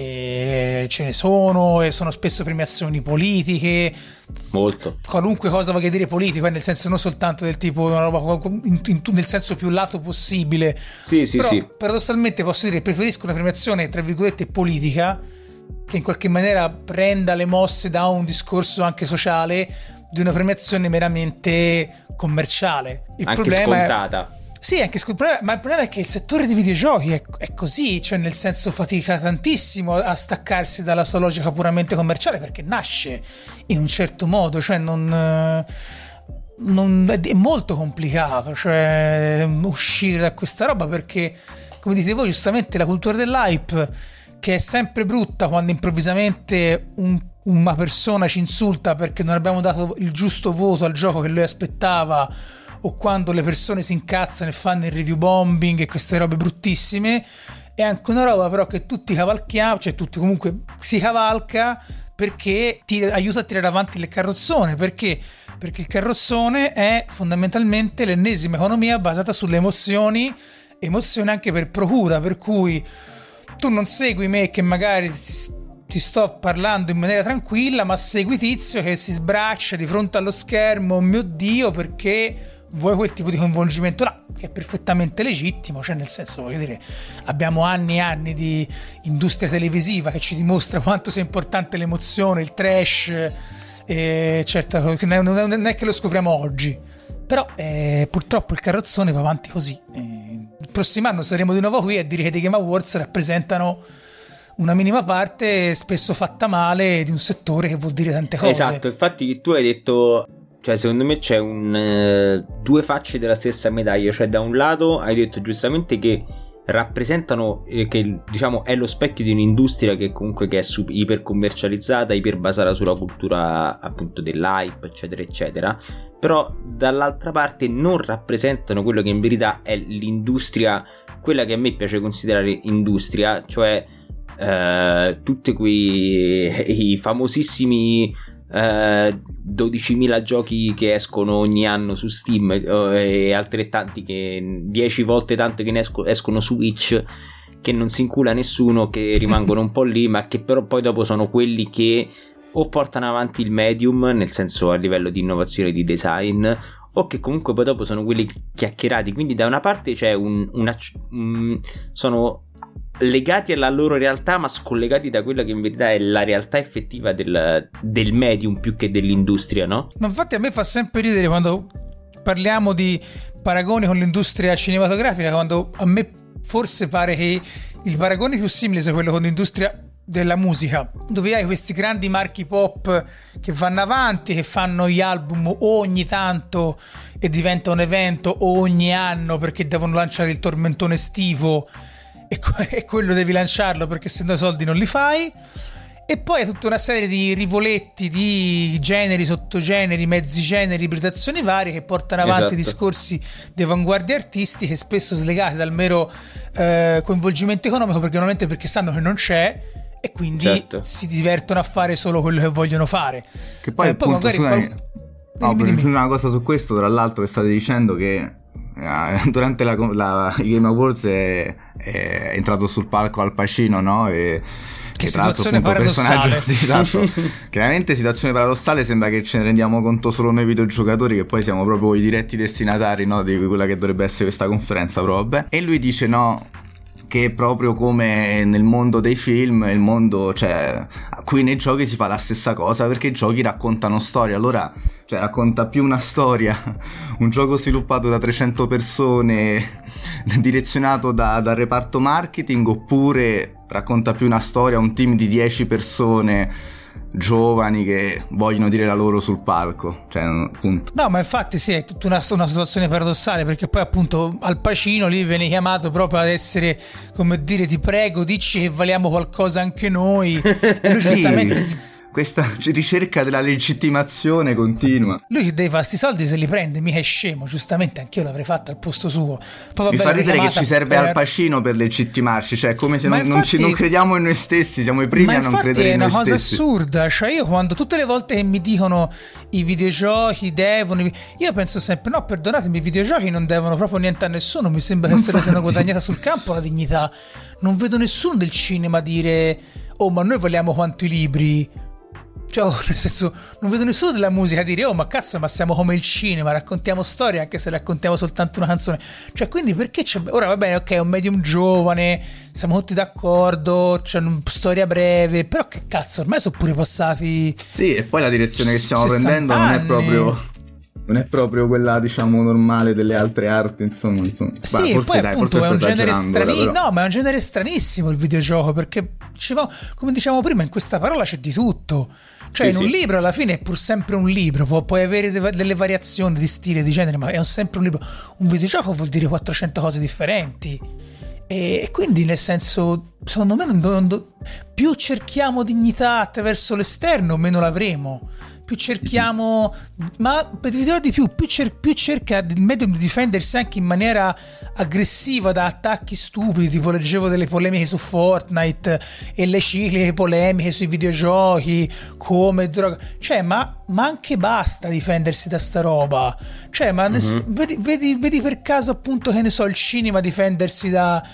E ce ne sono, e sono spesso premiazioni politiche, molto, qualunque cosa voglia dire politico, nel senso non soltanto del tipo una roba nel senso più lato possibile. Sì, però, sì. Paradossalmente posso dire che preferisco una premiazione tra virgolette politica, che in qualche maniera prenda le mosse da un discorso anche sociale, di una premiazione meramente commerciale. Il anche problema scontata. Sì, anche ma il problema è che il settore dei videogiochi è così, cioè nel senso fatica tantissimo a staccarsi dalla sua logica puramente commerciale, perché nasce in un certo modo, cioè è molto complicato, cioè uscire da questa roba, perché come dite voi giustamente la cultura dell'hype, che è sempre brutta quando improvvisamente una persona ci insulta perché non abbiamo dato il giusto voto al gioco che lui aspettava, o quando le persone si incazzano e fanno il review bombing e queste robe bruttissime. È anche una roba però che tutti cavalchiamo, cioè tutti comunque si cavalca, perché ti aiuta a tirare avanti il carrozzone. Perché il carrozzone è fondamentalmente l'ennesima economia basata sulle emozioni anche per procura, per cui tu non segui me che magari ti sto parlando in maniera tranquilla, ma segui Tizio che si sbraccia di fronte allo schermo, oh mio Dio, perché vuoi quel tipo di coinvolgimento là, che è perfettamente legittimo, cioè nel senso, voglio dire, abbiamo anni e anni di industria televisiva che ci dimostra quanto sia importante l'emozione, il trash, certo, non è che lo scopriamo oggi, però purtroppo il carrozzone va avanti così. Il prossimo anno saremo di nuovo qui a dire che The Game Awards rappresentano una minima parte, spesso fatta male, di un settore che vuol dire tante cose. Esatto, infatti tu hai detto, cioè secondo me c'è due facce della stessa medaglia, cioè da un lato hai detto giustamente che rappresentano, che diciamo è lo specchio di un'industria che comunque che è iper commercializzata, iper basata sulla cultura appunto dell'hype, eccetera eccetera, però dall'altra parte non rappresentano quello che in verità è l'industria, quella che a me piace considerare industria, cioè tutti i famosissimi 12.000 giochi che escono ogni anno su Steam e altrettanti che 10 volte tanto che ne escono su Switch, che non si incula nessuno, che rimangono un po' lì, ma che però poi dopo sono quelli che o portano avanti il medium, nel senso a livello di innovazione di design, o che comunque poi dopo sono quelli chiacchierati. Quindi da una parte c'è sono legati alla loro realtà ma scollegati da quella che in verità è la realtà effettiva del medium più che dell'industria, no? Ma infatti a me fa sempre ridere quando parliamo di paragoni con l'industria cinematografica, quando a me forse pare che il paragone più simile sia quello con l'industria della musica, dove hai questi grandi marchi pop che vanno avanti, che fanno gli album ogni tanto e diventa un evento ogni anno perché devono lanciare il tormentone estivo e quello devi lanciarlo perché se no i soldi non li fai, e poi è tutta una serie di rivoletti di generi, sottogeneri, mezzi generi, ibridazioni varie che portano avanti discorsi di avanguardia artistiche spesso slegati dal mero coinvolgimento economico, perché normalmente perché sanno che non c'è e quindi si divertono a fare solo quello che vogliono fare. Che poi appunto magari dimmi. Una cosa su questo, tra l'altro, che state dicendo che durante i Game Awards è entrato sul palco Al Pacino, no? Che situazione paradossale. Sì, esatto. Chiaramente situazione paradossale, sembra che ce ne rendiamo conto solo noi videogiocatori, che poi siamo proprio i diretti destinatari, no, di quella che dovrebbe essere questa conferenza, però vabbè. E lui dice no, che proprio come nel mondo dei film, il mondo, cioè, qui nei giochi si fa la stessa cosa, perché i giochi raccontano storie. Allora, cioè, racconta più una storia un gioco sviluppato da 300 persone, direzionato dal reparto marketing, oppure racconta più una storia un team di 10 persone giovani che vogliono dire la loro sul palco, cioè, appunto. No, ma infatti sì, è tutta una situazione paradossale, perché poi appunto Al Pacino lì viene chiamato proprio ad essere, come dire, ti prego, dici che valiamo qualcosa anche noi, e lui giustamente questa ricerca della legittimazione continua. Lui che deve fare sti soldi se li prende, mica è scemo, giustamente anch'io l'avrei fatto al posto suo. Poi, mi fa ridere che ci serve Al Pacino per legittimarci, cioè come se non crediamo in noi stessi, siamo i primi a non credere in noi stessi. Ma infatti è una cosa assurda, cioè io quando tutte le volte che mi dicono i videogiochi devono, io penso sempre no, perdonatemi, i videogiochi non devono proprio niente a nessuno, mi sembra che se la siano guadagnata sul campo la dignità. Non vedo nessuno del cinema dire oh ma noi valiamo quanto i libri. Cioè, nel senso, non vedo nessuno della musica dire oh ma cazzo, ma siamo come il cinema, raccontiamo storie anche se raccontiamo soltanto una canzone. Cioè, quindi perché c'è, ora va bene, ok, è un medium giovane, siamo tutti d'accordo, c'è una storia breve, però che cazzo, ormai sono pure passati. Sì, e poi la direzione che stiamo prendendo non è proprio quella, diciamo, normale delle altre arti, insomma. Sì, forse, poi appunto è un genere stranissimo. No, ma è un genere stranissimo il videogioco, perché come dicevamo prima, in questa parola c'è di tutto. Cioè, in un libro alla fine è pur sempre un libro, puoi avere delle variazioni di stile, di genere, ma è sempre un libro. Un videogioco vuol dire 400 cose differenti. E quindi, nel senso, secondo me più cerchiamo dignità attraverso l'esterno, meno l'avremo. Più cerchiamo, ma per dirò di più cerca il medium di difendersi anche in maniera aggressiva da attacchi stupidi, tipo leggevo delle polemiche su Fortnite e le cicliche polemiche sui videogiochi come droga, cioè ma anche basta difendersi da sta roba, cioè ma vedi per caso appunto, che ne so, il cinema difendersi da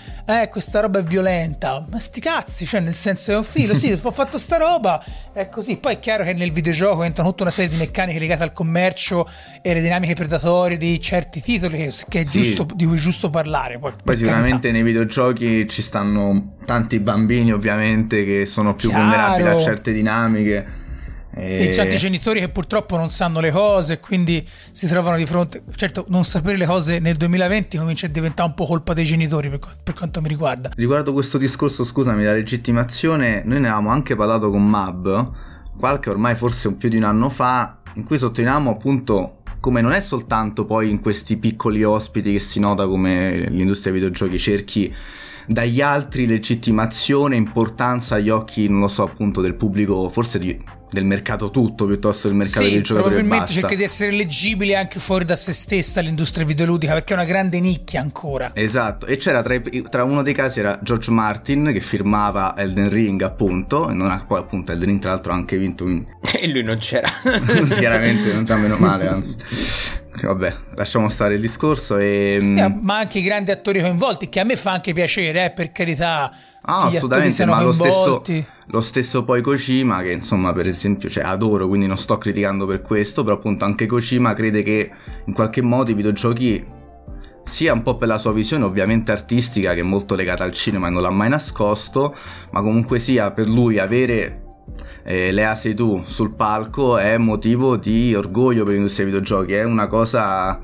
questa roba è violenta, ma sti cazzi, cioè nel senso è un filo, sì, ho fatto sta roba, è così. Poi è chiaro che nel videogioco entrano tutta una serie di meccaniche legate al commercio e le dinamiche predatorie di certi titoli che è giusto, di cui è giusto parlare. Poi sicuramente nei videogiochi ci stanno tanti bambini ovviamente che sono più vulnerabili a certe dinamiche. E tanti genitori che purtroppo non sanno le cose, quindi si trovano di fronte. Certo, non sapere le cose nel 2020 comincia a diventare un po' colpa dei genitori per quanto mi riguarda. Riguardo questo discorso, scusami, la legittimazione, noi ne avevamo anche parlato con Mab ormai forse più di un anno fa, in cui sottolineiamo appunto come non è soltanto poi in questi piccoli ospiti che si nota come l'industria dei videogiochi cerchi dagli altri legittimazione, importanza agli occhi, non lo so, appunto del pubblico, forse del mercato tutto piuttosto del mercato dei giocatori. Probabilmente cerca di essere leggibile anche fuori da se stessa l'industria videoludica, perché è una grande nicchia ancora. Esatto, e c'era tra uno dei casi era George Martin che firmava Elden Ring appunto, e poi appunto Elden Ring tra l'altro ha anche vinto, quindi e lui non c'era. Chiaramente non c'ha, meno male, anzi. Vabbè, lasciamo stare il discorso ma anche i grandi attori coinvolti, che a me fa anche piacere, per carità. Assolutamente, ma lo stesso poi Kojima, che insomma per esempio, cioè adoro, quindi non sto criticando per questo, però appunto anche Kojima crede che in qualche modo i videogiochi, sia un po' per la sua visione ovviamente artistica che è molto legata al cinema e non l'ha mai nascosto, ma comunque sia per lui avere Lea Seydoux sul palco è motivo di orgoglio per l'industria dei videogiochi, è una cosa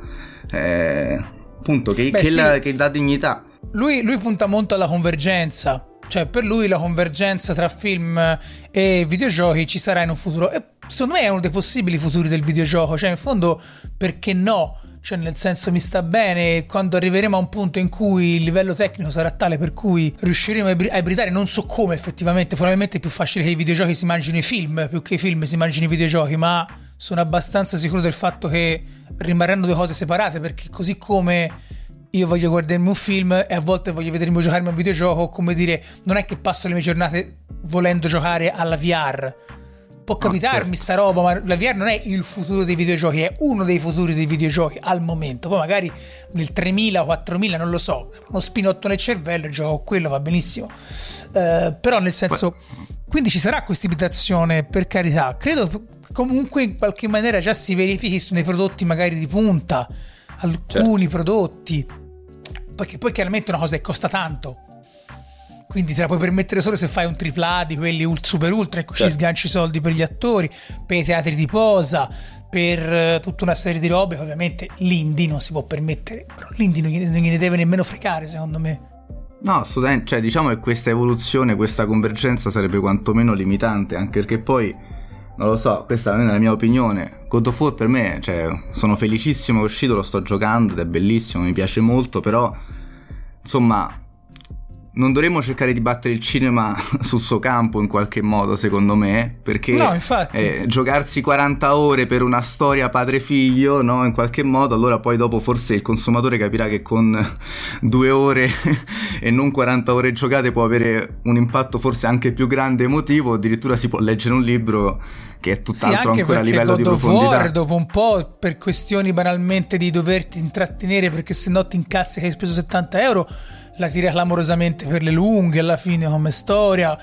appunto che dà dignità. Lui punta molto alla convergenza, cioè per lui la convergenza tra film e videogiochi ci sarà in un futuro, e secondo me è uno dei possibili futuri del videogioco, cioè in fondo perché no? Cioè nel senso mi sta bene quando arriveremo a un punto in cui il livello tecnico sarà tale per cui riusciremo a ibridare, non so come effettivamente, probabilmente è più facile che i videogiochi si mangino i film più che i film si mangino i videogiochi, ma sono abbastanza sicuro del fatto che rimarranno due cose separate, perché così come io voglio guardarmi un film e a volte voglio vedermi giocarmi a un videogioco, come dire, non è che passo le mie giornate volendo giocare alla VR. Può capitarmi sta roba, ma la VR non è il futuro dei videogiochi, è uno dei futuri dei videogiochi al momento. Poi magari nel 3000 o 4000, non lo so, uno spinotto nel cervello e gioco quello, va benissimo. Però nel senso, quindi ci sarà questa ibridazione, per carità. Credo comunque in qualche maniera già si verifichi nei prodotti magari di punta, alcuni prodotti, perché poi chiaramente è una cosa che costa tanto, quindi te la puoi permettere solo se fai un AAA di quelli super ultra in cui ci sganci soldi per gli attori, per i teatri di posa, per tutta una serie di robe che ovviamente l'indie non si può permettere, però l'indie non gliene deve nemmeno fregare, secondo me. No, assolutamente, cioè diciamo che questa evoluzione, questa convergenza sarebbe quantomeno limitante, anche perché poi non lo so, questa è la mia opinione. God of War per me, cioè sono felicissimo che è uscito, lo sto giocando ed è bellissimo, mi piace molto, però insomma non dovremmo cercare di battere il cinema sul suo campo in qualche modo, secondo me, perché no, infatti giocarsi 40 ore per una storia padre-figlio, no, in qualche modo, allora poi dopo forse il consumatore capirà che con 2 ore e non 40 ore giocate può avere un impatto forse anche più grande emotivo, addirittura si può leggere un libro che è tutt'altro ancora a livello di profondità. War, dopo un po', per questioni banalmente di doverti intrattenere, perché se no ti incazzi che hai speso 70 euro, la tira clamorosamente per le lunghe, alla fine come storia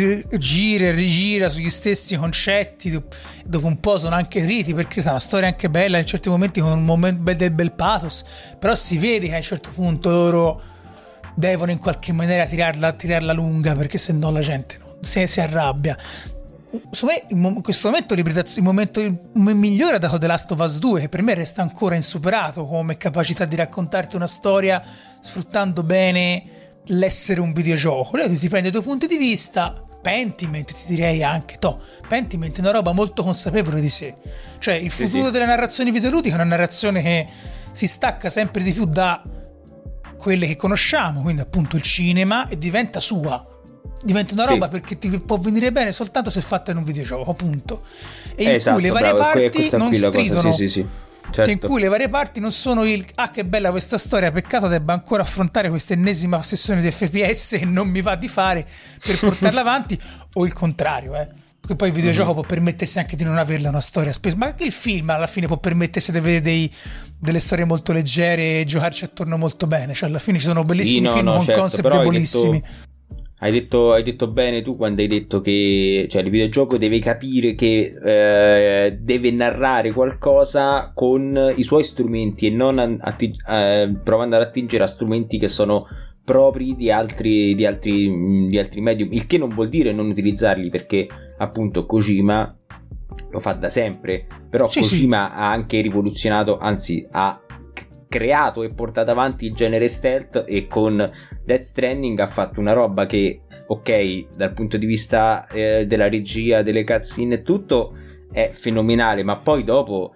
gira e rigira sugli stessi concetti, dopo un po' sono anche triti, perché è una storia anche bella in certi momenti con un momento del bel pathos, però si vede che a un certo punto loro devono in qualche maniera tirarla lunga, perché se no la gente si arrabbia. Secondo me in questo momento il momento migliore ha dato The Last of Us 2, che per me resta ancora insuperato come capacità di raccontarti una storia sfruttando bene l'essere un videogioco. Lei ti prende 2 punti di vista. Pentiment, ti direi anche Pentiment è una roba molto consapevole di sé, cioè il futuro della narrazione videoludica è una narrazione che si stacca sempre di più da quelle che conosciamo, quindi appunto il cinema, e diventa sua. Diventa una roba perché ti può venire bene soltanto se fatta in un videogioco, appunto, e in cui le varie parti non stridono, certo. In cui le varie parti non sono che bella questa storia, peccato debba ancora affrontare questa ennesima sessione di FPS e non mi va di fare per portarla avanti, o il contrario, che poi il videogioco può permettersi anche di non averla una storia spesso, ma anche il film alla fine può permettersi di avere delle storie molto leggere e giocarci attorno molto bene, cioè alla fine ci sono bellissimi film con certo, concept debolissimi. Hai detto bene tu quando hai detto che, cioè, il videogioco deve capire che deve narrare qualcosa con i suoi strumenti e non provando ad attingere a strumenti che sono propri di altri medium, il che non vuol dire non utilizzarli, perché appunto Kojima lo fa da sempre, però Kojima ha anche rivoluzionato, anzi ha creato e portato avanti il genere stealth, e con Death Stranding ha fatto una roba che, ok, dal punto di vista della regia, delle cutscene e tutto è fenomenale, ma poi dopo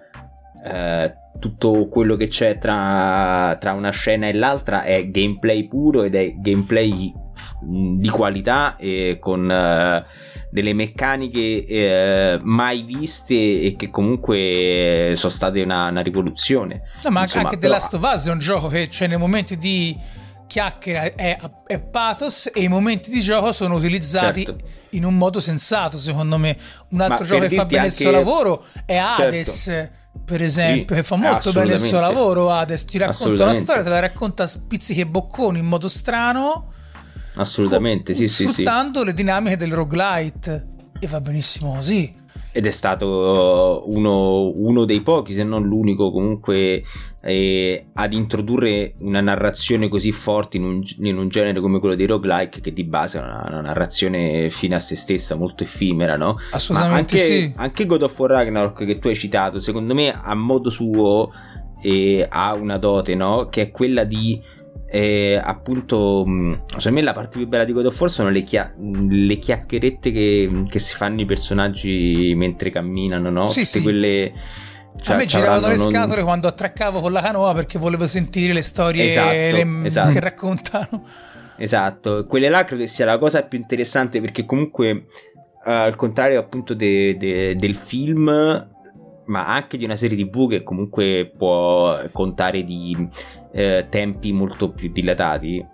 tutto quello che c'è tra una scena e l'altra è gameplay puro, ed è gameplay di qualità e con delle meccaniche mai viste, e che comunque sono state una rivoluzione. No, ma anche The Last of Us è un gioco che, cioè, nei momenti di chiacchiera è pathos, e i momenti di gioco sono utilizzati in un modo sensato, secondo me. Un altro gioco che fa bene il suo lavoro è Hades, per esempio, che fa molto bene il suo lavoro. Hades ti racconta una storia, te la racconta a spizzichi e bocconi in modo strano, assolutamente, sfruttando le dinamiche del roguelite, e va benissimo così. Ed è stato uno dei pochi, se non l'unico comunque, ad introdurre una narrazione così forte in un genere come quello dei roguelike, che di base è una narrazione fine a se stessa, molto effimera, no? Assolutamente. Ma sì. Anche God of War Ragnarok, che tu hai citato, secondo me a modo suo ha una dote, no? Che è quella di appunto, secondo me la parte più bella di God of War sono le chiacchierette che si fanno i personaggi mentre camminano, no? Quelle, a me giravano le scatole quando attraccavo con la canoa, perché volevo sentire le storie che raccontano. Esatto, quelle là credo sia la cosa più interessante, perché comunque al contrario appunto del film, ma anche di una serie TV che comunque può contare di tempi molto più dilatati,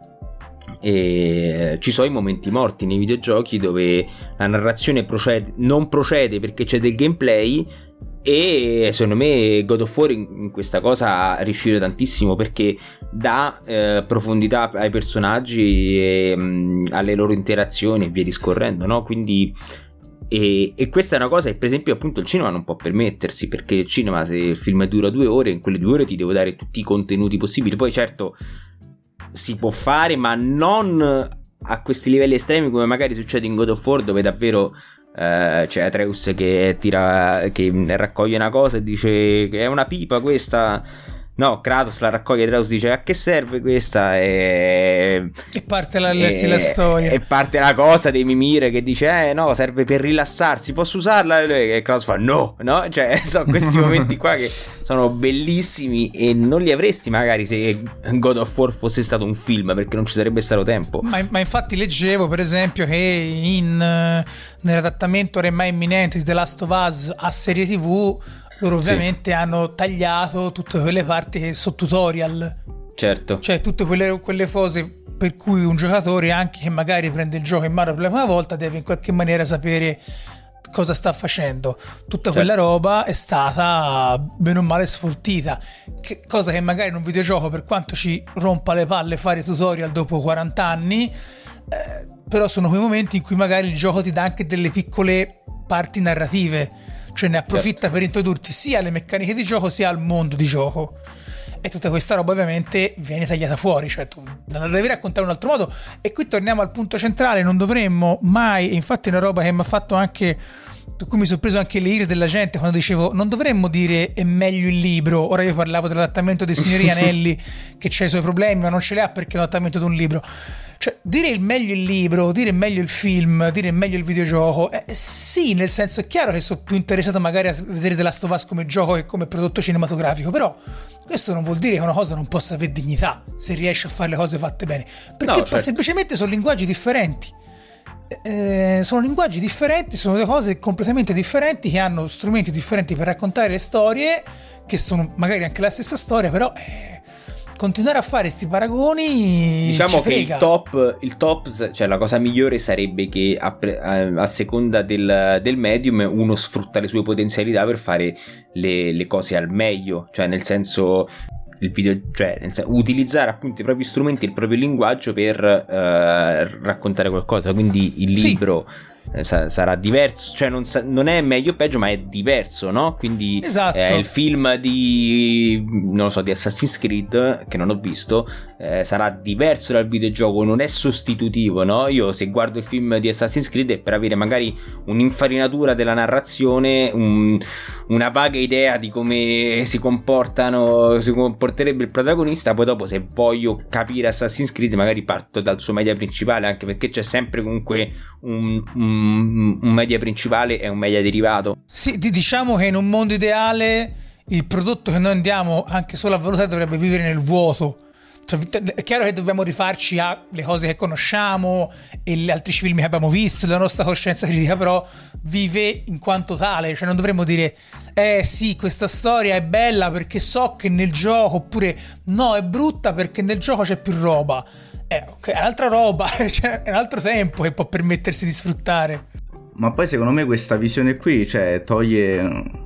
e ci sono i momenti morti nei videogiochi dove la narrazione non procede perché c'è del gameplay, e secondo me God of War in questa cosa ha riuscito tantissimo, perché dà profondità ai personaggi e alle loro interazioni e via discorrendo, no? Quindi e questa è una cosa che per esempio appunto il cinema non può permettersi, perché il cinema, se il film dura 2 ore, in quelle 2 ore ti devo dare tutti i contenuti possibili. Poi certo si può fare, ma non a questi livelli estremi come magari succede in God of War, dove davvero c'è Atreus che raccoglie una cosa e dice che è una pipa questa. No, Kratos la raccoglie, Atreus dice a che serve questa, e parte la storia, e parte la cosa dei Mimir che dice no, serve per rilassarsi, posso usarla, e Kratos fa no, cioè sono questi momenti qua che sono bellissimi e non li avresti magari se God of War fosse stato un film, perché non ci sarebbe stato tempo. Ma infatti leggevo per esempio che nell'adattamento ormai imminente di The Last of Us a serie TV loro ovviamente hanno tagliato tutte quelle parti che sono tutorial. Certo. Cioè tutte quelle cose per cui un giocatore, anche che magari prende il gioco in mano per la prima volta, deve in qualche maniera sapere cosa sta facendo. Tutta quella roba è stata bene o male sfoltita, cosa che magari in un videogioco, per quanto ci rompa le palle fare tutorial dopo 40 anni, però sono quei momenti in cui magari il gioco ti dà anche delle piccole parti narrative, cioè ne approfitta per introdurti sia alle meccaniche di gioco sia al mondo di gioco, e tutta questa roba ovviamente viene tagliata fuori, cioè tu la devi raccontare in un altro modo. E qui torniamo al punto centrale: non dovremmo mai, infatti è una roba che mi ha fatto anche, per cui mi sono preso anche le ire della gente quando dicevo non dovremmo dire è meglio il libro. Ora io parlavo dell'adattamento dei Signori Anelli che c'ha i suoi problemi, ma non ce li ha perché è un adattamento di un libro. Cioè dire il meglio il libro, dire meglio il film, dire meglio il videogioco, sì, nel senso è chiaro che sono più interessato magari a vedere The Last of Us come gioco che come prodotto cinematografico, però questo non vuol dire che una cosa non possa avere dignità se riesce a fare le cose fatte bene, perché poi semplicemente sono linguaggi differenti. Sono linguaggi differenti, sono due cose completamente differenti che hanno strumenti differenti per raccontare le storie, che sono magari anche la stessa storia, però continuare a fare sti paragoni, diciamo che il top, cioè la cosa migliore sarebbe che a seconda del medium uno sfrutta le sue potenzialità per fare le cose al meglio, cioè nel senso il video, cioè utilizzare appunto i propri strumenti, il proprio linguaggio per raccontare qualcosa, quindi il libro sarà diverso, cioè non è meglio o peggio, ma è diverso, no? Quindi esatto. Il film di, non lo so, di Assassin's Creed, che non ho visto, sarà diverso dal videogioco, non è sostitutivo, no? Io se guardo il film di Assassin's Creed è per avere magari un'infarinatura della narrazione, una vaga idea di come si comporterebbe il protagonista. Poi dopo, se voglio capire Assassin's Creed, magari parto dal suo media principale, anche perché c'è sempre comunque un media principale e un media derivato. Sì, diciamo che in un mondo ideale il prodotto che noi andiamo anche solo a valutare dovrebbe vivere nel vuoto. È chiaro che dobbiamo rifarci alle cose che conosciamo e gli altri film che abbiamo visto, la nostra coscienza critica, però vive in quanto tale, cioè non dovremmo dire sì, questa storia è bella perché so che nel gioco, oppure no, è brutta perché nel gioco c'è più roba. Okay, è un'altra roba, cioè è un altro tempo che può permettersi di sfruttare. Ma poi secondo me questa visione qui, cioè, toglie,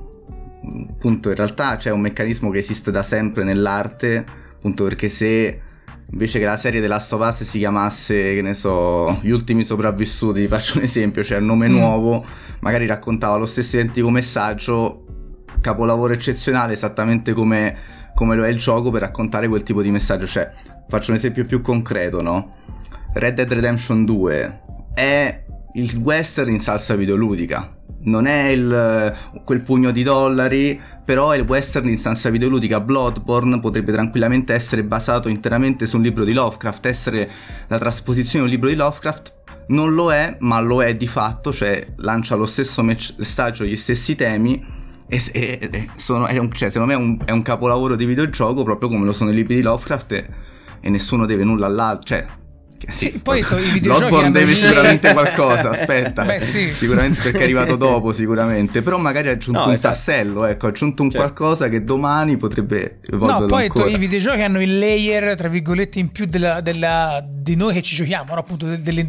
appunto, in realtà c'è un meccanismo che esiste da sempre nell'arte, appunto, perché se invece che la serie The Last of Us si chiamasse, che ne so, Gli ultimi sopravvissuti, faccio un esempio, cioè il nome nuovo, magari raccontava lo stesso identico messaggio, capolavoro eccezionale, esattamente come lo è il gioco per raccontare quel tipo di messaggio. Cioè, faccio un esempio più concreto, no? Red Dead Redemption 2 è il western in salsa videoludica, non è quel pugno di dollari, però è il western in salsa videoludica. Bloodborne potrebbe tranquillamente essere basato interamente su un libro di Lovecraft, essere la trasposizione di un libro di Lovecraft. Non lo è, ma lo è di fatto, cioè lancia lo stesso messaggio, gli stessi temi. Secondo me è un capolavoro di videogioco, proprio come lo sono i libri di Lovecraft, e nessuno deve nulla all'altro, cioè sì, poi i videogiochi Bloodborne deve sicuramente qualcosa, aspetta. Beh, sì. Sicuramente perché è arrivato dopo, sicuramente, però magari ha aggiunto un tassello, ecco, ha aggiunto un qualcosa che domani potrebbe evolvere. No, poi ancora. I videogiochi hanno il layer, tra virgolette, in più di noi che ci giochiamo, no? Appunto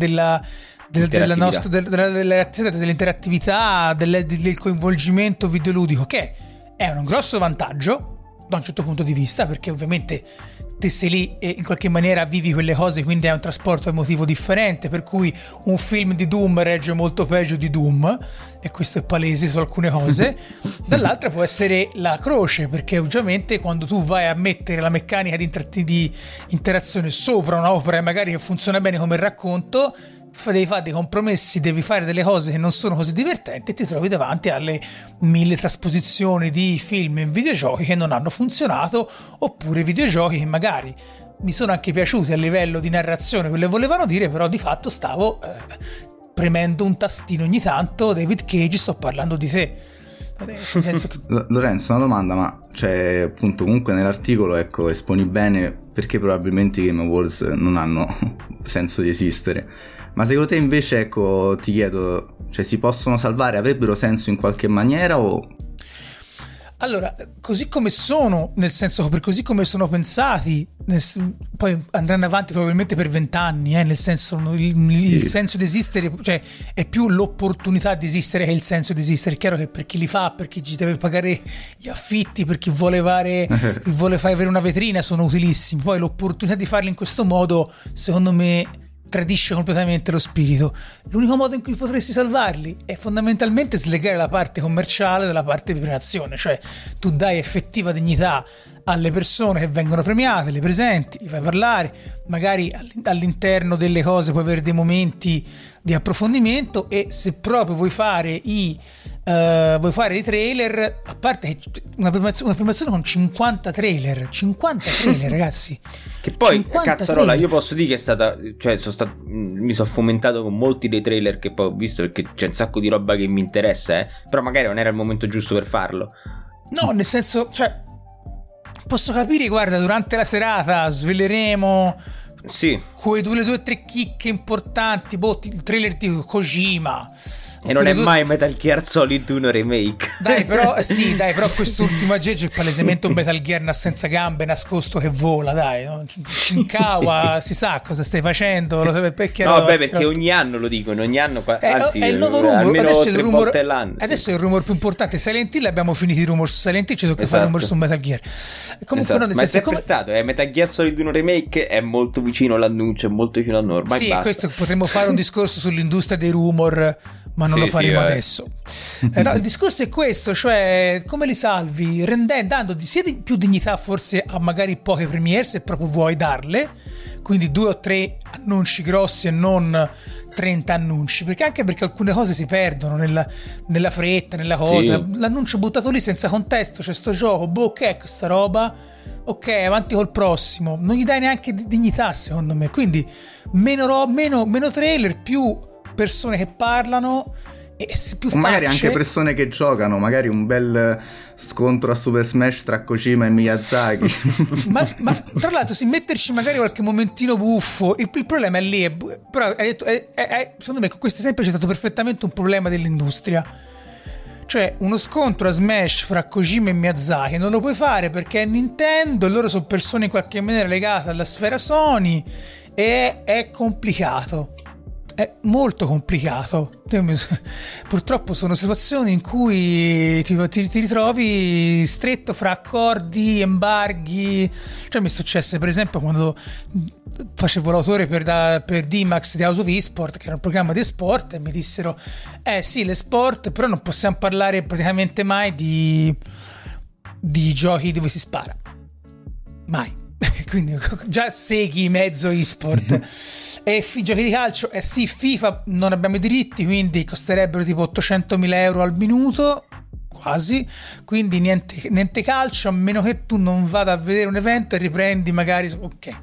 dell'interattività, del coinvolgimento videoludico, che è un grosso vantaggio da un certo punto di vista, perché ovviamente te sei lì e in qualche maniera vivi quelle cose, quindi è un trasporto emotivo differente, per cui un film di Doom regge molto peggio di Doom, e questo è palese su alcune cose. Dall'altra può essere la croce, perché ovviamente quando tu vai a mettere la meccanica di interazione sopra un'opera e magari che funziona bene come racconto, devi fare dei compromessi, devi fare delle cose che non sono così divertenti, e ti trovi davanti alle 1000 trasposizioni di film in videogiochi che non hanno funzionato, oppure videogiochi che magari mi sono anche piaciuti a livello di narrazione, quello che volevano dire, però di fatto stavo premendo un tastino ogni tanto. David Cage, sto parlando di te. Nel senso che... Lorenzo, una domanda, ma cioè, appunto, comunque nell'articolo, ecco, esponi bene perché probabilmente i Game Awards non hanno senso di esistere. Ma secondo te invece, ecco, ti chiedo, cioè si possono salvare, avrebbero senso in qualche maniera o... Allora, così come sono, nel senso, per così come sono pensati, poi andranno avanti probabilmente per 20 anni, nel senso, il senso di esistere, cioè è più l'opportunità di esistere che il senso di esistere. È chiaro che per chi li fa, per chi ci deve pagare gli affitti, per chi vuole avere una vetrina, sono utilissimi. Poi l'opportunità di farli in questo modo, secondo me, tradisce completamente lo spirito. L'unico modo in cui potresti salvarli è fondamentalmente slegare la parte commerciale dalla parte di premiazione, cioè tu dai effettiva dignità alle persone che vengono premiate, le presenti, li fai parlare, magari all'interno delle cose puoi avere dei momenti di approfondimento, e se proprio vuoi fare i trailer, a parte una premiazione con 50 trailer ragazzi, che poi cazzarola trailer. Io posso dire che è stata, cioè mi sono fomentato con molti dei trailer che poi ho visto, perché c'è un sacco di roba che mi interessa, però magari non era il momento giusto per farlo. No, nel senso, cioè posso capire, guarda, durante la serata sveleremo sì quelle 2 o 3 chicche importanti, il trailer di Kojima, E non è mai Metal Gear Solid 1 Remake. Dai, però però quest'ultimo aggeggio è palesemente un Metal Gear senza gambe, nascosto che vola, dai. No? Shinkawa si sa cosa stai facendo. Perché ogni anno lo dicono, ogni anno, anzi, è il nuovo rumor. Almeno Adesso 3 volte l'anno. Adesso è il rumor più importante. Silent Hill, abbiamo finito i rumor su Silent Hill, ci tocca fare rumor su Metal Gear. Comunque, ma è sempre stato, Metal Gear Solid 1 Remake è molto vicino all'annuncio, è molto vicino a noi, ormai sì, basta. Questo potremmo fare un discorso sull'industria dei rumor, ma non lo faremo adesso. Il discorso è questo, cioè come li salvi? Dando più dignità forse a magari poche premiere, se proprio vuoi darle, quindi 2 o 3 annunci grossi e non 30 annunci, perché alcune cose si perdono nella fretta, nella cosa. Sì. L'annuncio buttato lì senza contesto, c'è sto gioco, che è questa roba? Ok, avanti col prossimo. Non gli dai neanche dignità, secondo me. Quindi meno trailer, più persone che parlano e più o magari anche persone che giocano, magari un bel scontro a Super Smash tra Kojima e Miyazaki. ma tra l'altro metterci magari qualche momentino buffo. Il problema è lì, però hai detto, secondo me con questo esempio c'è stato perfettamente un problema dell'industria. Cioè uno scontro a Smash fra Kojima e Miyazaki non lo puoi fare perché è Nintendo e loro sono persone in qualche maniera legate alla sfera Sony e è complicato. È molto complicato. Purtroppo sono situazioni in cui ti ritrovi stretto fra accordi, embarghi. Cioè mi è successo per esempio quando facevo l'autore per D-Max di House of Esport, che era un programma di sport, e mi dissero sì, l'esport, però non possiamo parlare praticamente mai di giochi dove si spara, mai. Quindi già segui mezzo esport. E giochi di calcio, sì, FIFA non abbiamo i diritti, quindi costerebbero tipo 800.000 euro al minuto, quasi, quindi niente calcio, a meno che tu non vada a vedere un evento e riprendi magari, ok.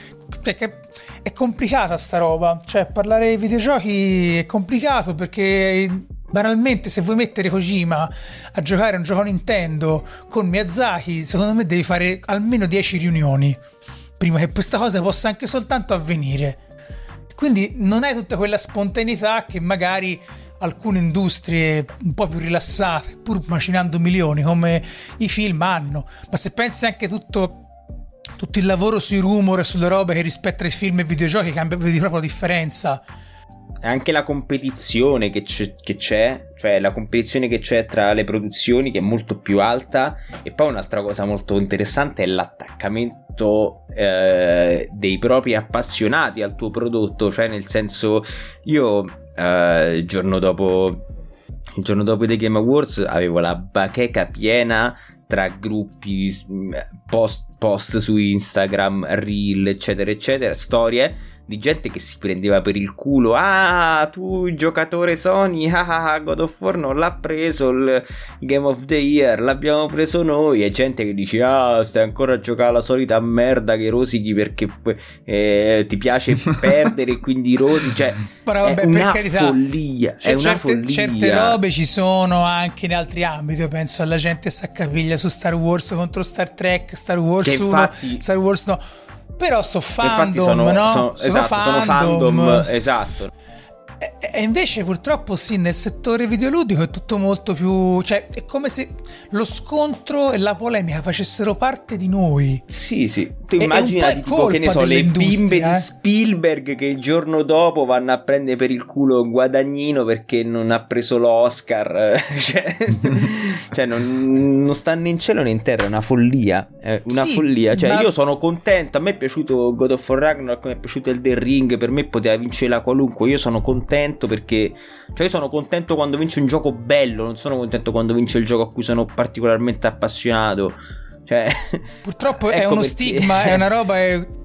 È complicata sta roba, cioè parlare di videogiochi è complicato perché banalmente se vuoi mettere Kojima a giocare un gioco Nintendo con Miyazaki, secondo me devi fare almeno 10 riunioni prima che questa cosa possa anche soltanto avvenire. Quindi non hai tutta quella spontaneità che magari alcune industrie un po' più rilassate, pur macinando milioni come i film hanno. Ma se pensi anche tutto il lavoro sui rumor e sulle robe che rispetto ai film e videogiochi, vedi proprio la differenza. Anche la competizione che c'è, cioè la competizione che c'è tra le produzioni, che è molto più alta. E poi un'altra cosa molto interessante è l'attaccamento dei propri appassionati al tuo prodotto. Cioè nel senso, io il giorno dopo The Game Awards avevo la bacheca piena tra gruppi, post su Instagram, reel, eccetera eccetera, storie di gente che si prendeva per il culo. Tu giocatore Sony, God of War non l'ha preso il Game of the Year, l'abbiamo preso noi. E gente che dice stai ancora a giocare la solita merda che rosichi perché ti piace perdere e quindi rosichi. Cioè però vabbè, è una per follia, cioè, è una follia. Certe robe ci sono anche in altri ambiti. Io penso alla gente che si accapiglia su Star Wars contro Star Trek, Star Wars che 1, infatti, Star Wars no. Però sono fandom, sono fandom, esatto. E invece purtroppo sì, nel settore videoludico è tutto molto più, cioè è come se lo scontro e la polemica facessero parte di noi. Sì, tu immaginati tipo, che ne so, le bimbe di Spielberg che il giorno dopo vanno a prendere per il culo Guadagnino perché non ha preso l'Oscar. cioè non sta né in cielo né in terra, è una follia, follia. Cioè io sono contento, a me è piaciuto God of War Ragnarok, mi è piaciuto Elden Ring, per me poteva vincere la qualunque. Io sono contento perché, cioè, io sono contento quando vince un gioco bello, non sono contento quando vince il gioco a cui sono particolarmente appassionato. Cioè, purtroppo è uno stigma, è una roba,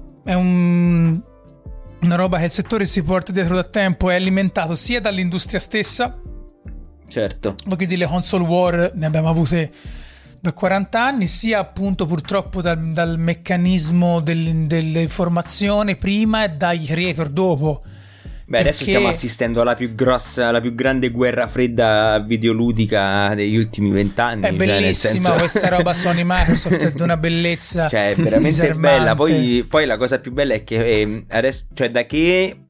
una roba che il settore si porta dietro da tempo, è alimentato sia dall'industria stessa. Certo. Voglio dire, le console war ne abbiamo avute da 40 anni, sia appunto purtroppo dal meccanismo dell'informazione prima e dai creator dopo. Beh, adesso stiamo assistendo alla più grande guerra fredda videoludica degli ultimi 20 anni. È bellissima questa roba Sony Microsoft, è di una bellezza, cioè è veramente bella. Poi la cosa più bella è che adesso, cioè da che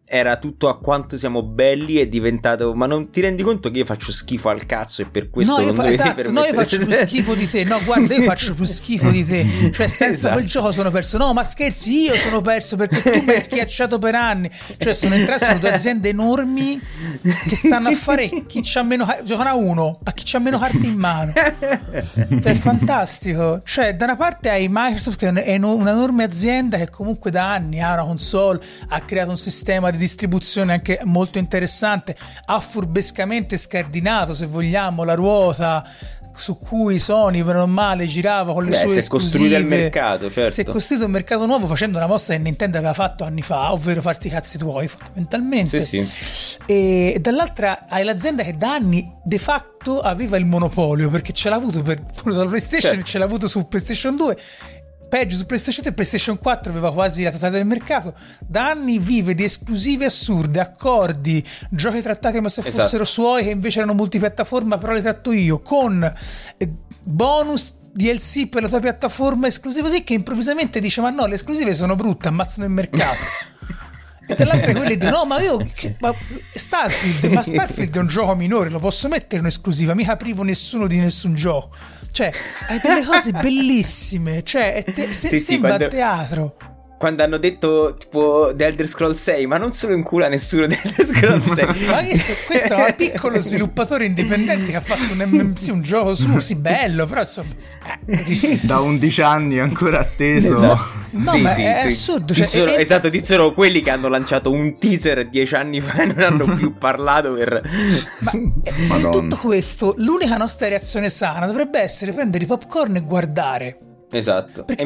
era tutto a quanto siamo belli, è diventato, ma non ti rendi conto che io faccio schifo al cazzo e per questo non dovevi permettere. No, io faccio più schifo di te. No, guarda, io faccio più schifo di te. Cioè, senza quel gioco sono perso. No, ma scherzi, io sono perso perché tu mi hai schiacciato per anni. Cioè, sono entrato su due aziende enormi che stanno a fare chi c'ha meno giocano a uno, a chi c'ha meno carte in mano. È fantastico. Cioè, da una parte hai Microsoft che è un'enorme azienda che comunque da anni ha una console, ha creato un sistema di distribuzione anche molto interessante, ha furbescamente scardinato, se vogliamo, la ruota su cui Sony per non male girava con le sue esclusive. Si è costruito il mercato, certo. Si è costruito un mercato nuovo facendo una mossa che Nintendo aveva fatto anni fa, ovvero farti i cazzi tuoi fondamentalmente. Sì. E dall'altra hai l'azienda che da anni de facto aveva il monopolio, perché ce l'ha avuto per la PlayStation, certo. Ce l'ha avuto su PlayStation 2. Peggio, su PlayStation 3 e PlayStation 4 aveva quasi la totalità del mercato. Da anni vive di esclusive assurde, accordi, giochi trattati come se fossero suoi, che invece erano multipiattaforma, però le tratto io, con bonus DLC per la tua piattaforma esclusiva, così che improvvisamente dice ma no, le esclusive sono brutte, ammazzano il mercato. E dall'altra quelli dicono no, ma io Starfield è un gioco minore, lo posso mettere in esclusiva, mica privo nessuno di nessun gioco. Cioè, hai delle cose bellissime. Cioè, sembra a teatro. Quando hanno detto tipo The Elder Scrolls 6, ma non solo in culo a nessuno The Elder Scrolls 6. Ma questo è un piccolo sviluppatore indipendente che ha fatto un gioco su, sì, bello, però insomma da 11 anni ancora atteso. Esatto. No, sì, ma sì, è assurdo. Esatto, dissero quelli che hanno lanciato un teaser 10 anni fa e non hanno più parlato per... Ma in tutto questo, l'unica nostra reazione sana dovrebbe essere prendere i popcorn e guardare. Esatto. Perché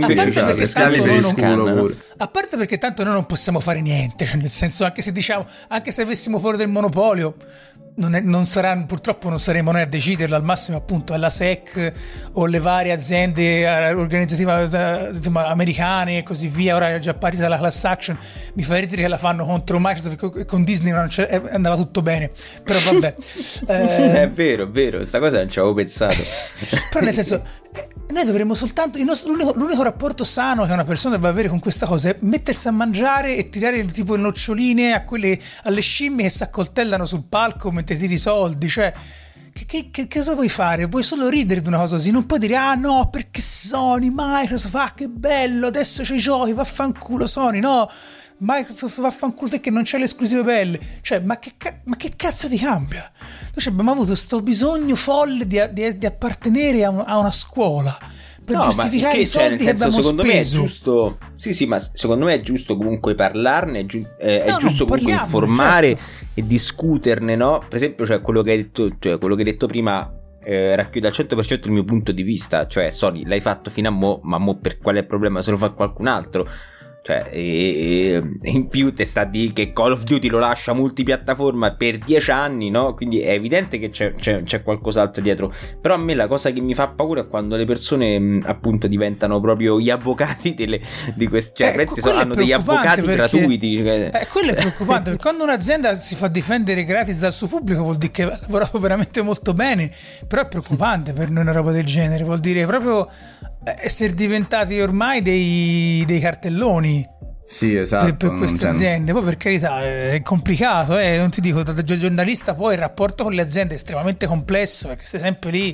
a parte perché tanto noi non possiamo fare niente, cioè nel senso, anche se avessimo paura del monopolio, purtroppo non saremo noi a deciderlo, al massimo appunto è la SEC o le varie aziende organizzative americane e così via. Ora è già partita la class action, mi fa ridere che la fanno contro Microsoft, con Disney andava tutto bene, però vabbè. È vero, sta cosa non ci avevo pensato. Però nel senso, noi dovremmo soltanto l'unico rapporto sano che una persona deve avere con questa cosa è mettersi a mangiare e tirare tipo le noccioline alle scimmie che si accoltellano sul palco mentre tiri i soldi. Cioè, che cosa puoi fare? Puoi solo ridere di una cosa così, non puoi dire ah no perché Sony, Microsoft, che bello, adesso c'è i giochi, vaffanculo Sony, no, Microsoft vaffanculo te che non c'è le esclusive belle. Cioè, ma che cazzo ti cambia? Noi abbiamo avuto sto bisogno folle di appartenere a una scuola per giustificare i soldi che abbiamo secondo speso. Me è giusto, sì, ma secondo me è giusto comunque parlarne, è giusto comunque informare, certo, e discuterne, no? Per esempio, cioè quello che hai detto prima racchiude al 100% il mio punto di vista. Cioè, Sony, l'hai fatto fino a mo', ma mo per quale problema se lo fa qualcun altro? Cioè, e in più te sta di che Call of Duty lo lascia multipiattaforma per 10 anni, no? Quindi è evidente che c'è qualcos'altro dietro. Però a me la cosa che mi fa paura è quando le persone appunto diventano proprio gli avvocati di questi, cioè hanno degli avvocati gratuiti. Quello è preoccupante, perché quando un'azienda si fa difendere gratis dal suo pubblico vuol dire che ha lavorato veramente molto bene. Però è preoccupante per noi una roba del genere, vuol dire proprio essere diventati ormai dei cartelloni. Sì, esatto, per queste aziende. Poi per carità è complicato, non ti dico, da giornalista poi il rapporto con le aziende è estremamente complesso, perché sei sempre lì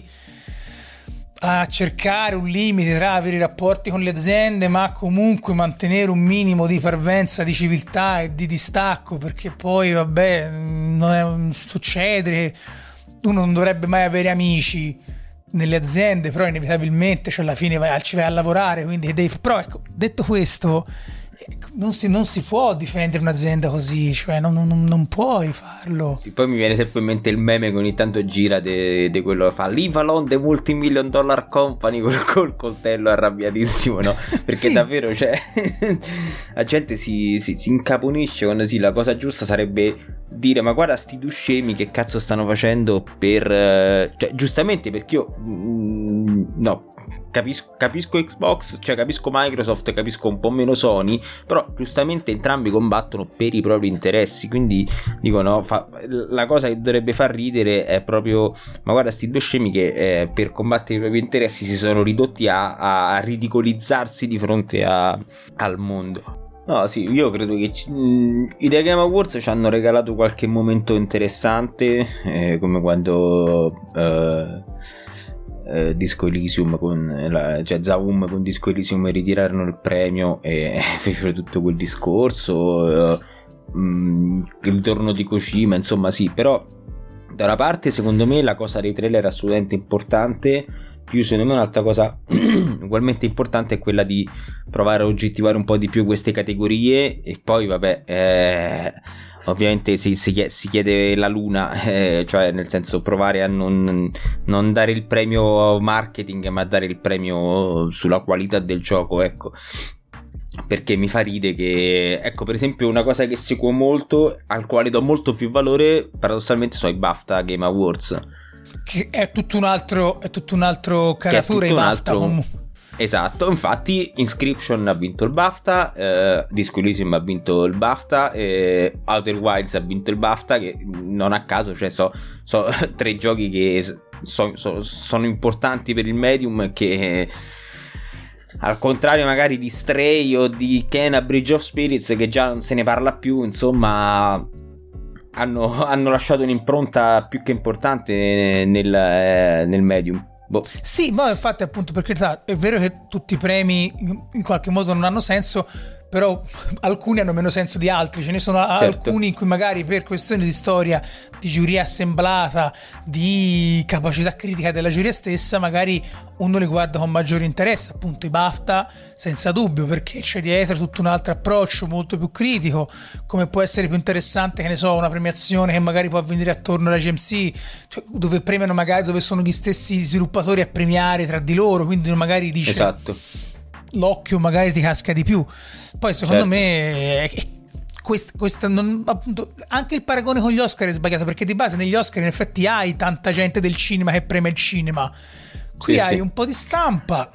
a cercare un limite tra avere i rapporti con le aziende ma comunque mantenere un minimo di parvenza, di civiltà e di distacco, perché poi vabbè succede, uno non dovrebbe mai avere amici nelle aziende, però inevitabilmente alla fine ci vai a lavorare, quindi però ecco, detto questo, non si può difendere un'azienda così, cioè non puoi farlo. Sì, poi mi viene sempre in mente il meme che ogni tanto gira di quello che fa Leave alone the multi-million-dollar company col coltello arrabbiatissimo, no? Perché sì, davvero, cioè la gente si incaponisce quando la cosa giusta sarebbe dire ma guarda sti due scemi che cazzo stanno facendo cioè giustamente, perché io no, capisco Xbox, cioè capisco Microsoft, capisco un po' meno Sony, però giustamente entrambi combattono per i propri interessi, quindi dico no, la cosa che dovrebbe far ridere è proprio ma guarda sti due scemi che per combattere i propri interessi si sono ridotti a ridicolizzarsi di fronte al mondo. No, sì, io credo che i The Game Awards ci hanno regalato qualche momento interessante, come quando Disco Elysium cioè Zaum con Disco Elysium ritirarono il premio e fecero tutto quel discorso, il ritorno di Kojima, insomma sì, però da una parte secondo me la cosa dei trailer è assolutamente importante. Più secondo me un'altra cosa ugualmente importante è quella di provare a oggettivare un po' di più queste categorie. E poi vabbè, ovviamente si chiede la luna, cioè nel senso provare a non dare il premio marketing ma dare il premio sulla qualità del gioco, ecco. Perché mi fa ride che, ecco, per esempio una cosa che seguo molto, al quale do molto più valore paradossalmente, sono i BAFTA Game Awards, che è tutto un altro caratura, i BAFTA. Esatto, infatti Inscription ha vinto il BAFTA, Disco Elysium ha vinto il BAFTA, Outer Wilds ha vinto il BAFTA, che non a caso, cioè so 3 giochi che sono importanti per il medium, che al contrario magari di Stray o di Kena Bridge of Spirits, che già non se ne parla più, insomma hanno lasciato un'impronta più che importante nel medium. Boh. Sì, ma infatti appunto, perché è vero che tutti i premi in qualche modo non hanno senso, però alcuni hanno meno senso di altri. Ce ne sono alcuni in cui magari per questioni di storia, di giuria assemblata, di capacità critica della giuria stessa, magari uno li guarda con maggiore interesse. Appunto i BAFTA senza dubbio, perché c'è dietro tutto un altro approccio molto più critico, come può essere più interessante, che ne so, una premiazione che magari può avvenire attorno alla GMC, cioè dove premiano magari, dove sono gli stessi sviluppatori a premiare tra di loro, quindi magari dice esatto, l'occhio magari ti casca di più. Poi secondo me questa appunto, anche il paragone con gli Oscar è sbagliato, perché di base negli Oscar in effetti hai tanta gente del cinema che premia il cinema, qui hai un po' di stampa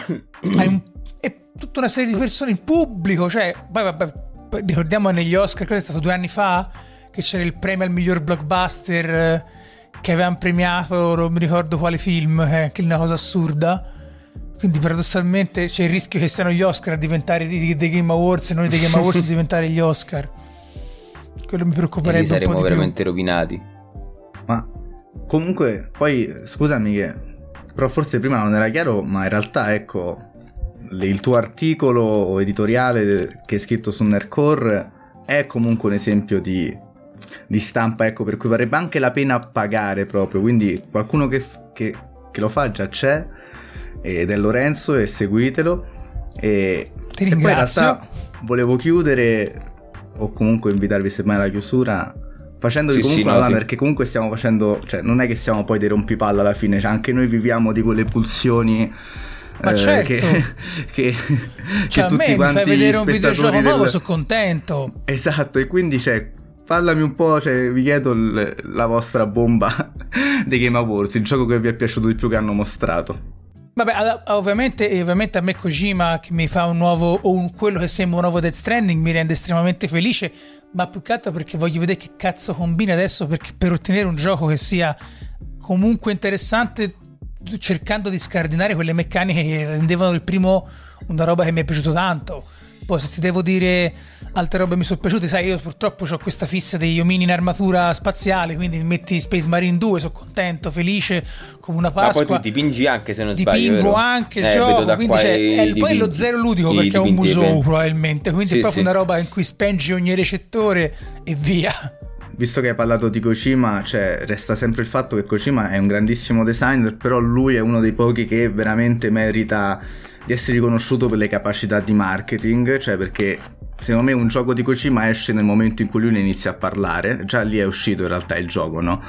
e tutta una serie di persone in pubblico, cioè poi vabbè, ricordiamo negli Oscar, cosa è stato 2 anni fa, che c'era il premio al miglior blockbuster, che avevano premiato non mi ricordo quale film, che è una cosa assurda. Quindi paradossalmente c'è il rischio che siano gli Oscar a diventare dei Game Awards e non i Game Awards a diventare gli Oscar. Quello mi preoccuperebbe un po' di più. Saremo veramente rovinati. Ma comunque poi scusami che però forse prima non era chiaro, ma in realtà ecco il tuo articolo editoriale che è scritto su Nerdcore è comunque un esempio di stampa, ecco, per cui varrebbe anche la pena pagare proprio. Quindi qualcuno che lo fa già c'è, ed è Lorenzo, e seguitelo. E ti ringrazio. E poi in realtà volevo chiudere, o comunque invitarvi semmai alla chiusura, facendovi perché comunque stiamo facendo, cioè non è che siamo poi dei rompipalla alla fine, cioè anche noi viviamo di quelle pulsioni. Ma certo, che cioè a me mi fai vedere un videogioco nuovo, sono contento. Esatto, e quindi parlami un po', vi chiedo la vostra bomba dei Game Awards, il gioco che vi è piaciuto di più che hanno mostrato. Vabbè, ovviamente a me Kojima, che mi fa un nuovo, o quello che sembra un nuovo Death Stranding, mi rende estremamente felice, ma più che altro perché voglio vedere che cazzo combina adesso, perché per ottenere un gioco che sia comunque interessante, cercando di scardinare quelle meccaniche che rendevano il primo una roba che mi è piaciuto tanto. Poi se ti devo dire altre robe mi sono piaciute, sai, io purtroppo ho questa fissa degli omini in armatura spaziale, quindi mi metti Space Marine 2, sono contento, felice come una Pasqua. Ma poi tu dipingi anche, se non sbaglio, dipingo vero? Anche il gioco, quindi poi è lo zero ludico, perché è un museo probabilmente, quindi è proprio una roba in cui spengi ogni recettore e via. Visto che hai parlato di Kojima, resta sempre il fatto che Kojima è un grandissimo designer, però lui è uno dei pochi che veramente merita di essere riconosciuto per le capacità di marketing, perché secondo me un gioco di Kojima esce nel momento in cui lui ne inizia a parlare, già lì è uscito in realtà il gioco, no?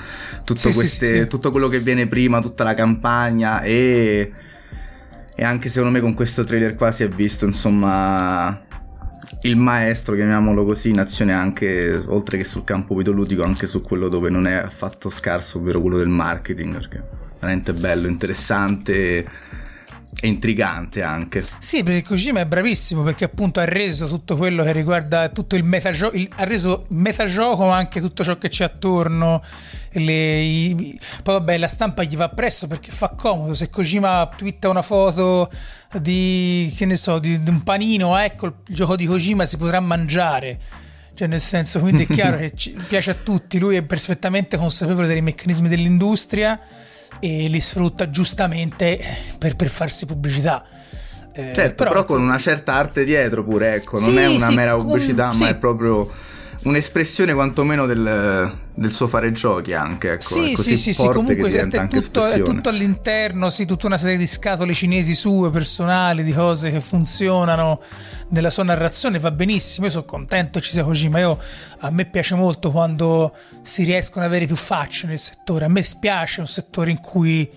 Tutto quello che viene prima, tutta la campagna, e anche secondo me con questo trailer qua si è visto, insomma, il maestro, chiamiamolo così, in azione, anche oltre che sul campo videoludico, anche su quello dove non è affatto scarso, ovvero quello del marketing, perché è veramente bello, interessante, è intrigante anche. Sì, perché Kojima è bravissimo, perché appunto ha reso tutto quello che riguarda tutto il metagioco, ha reso metagioco, ma anche tutto ciò che c'è attorno. Poi vabbè, la stampa gli va appresso perché fa comodo. Se Kojima twitta una foto di, che ne so, di un panino, ecco, il gioco di Kojima si potrà mangiare. Cioè, nel senso, quindi è chiaro che piace a tutti. Lui è perfettamente consapevole dei meccanismi dell'industria e li sfrutta giustamente per farsi pubblicità. Certo, però con una certa arte dietro pure, ecco, non è una mera pubblicità, ma è proprio un'espressione quantomeno del suo fare giochi anche, ecco. Sì, comunque è tutto all'interno, tutta una serie di scatole cinesi sue, personali, di cose che funzionano nella sua narrazione, va benissimo. Io sono contento ci sia Kojima, a me piace molto quando si riescono ad avere più facce nel settore. A me spiace un settore in cui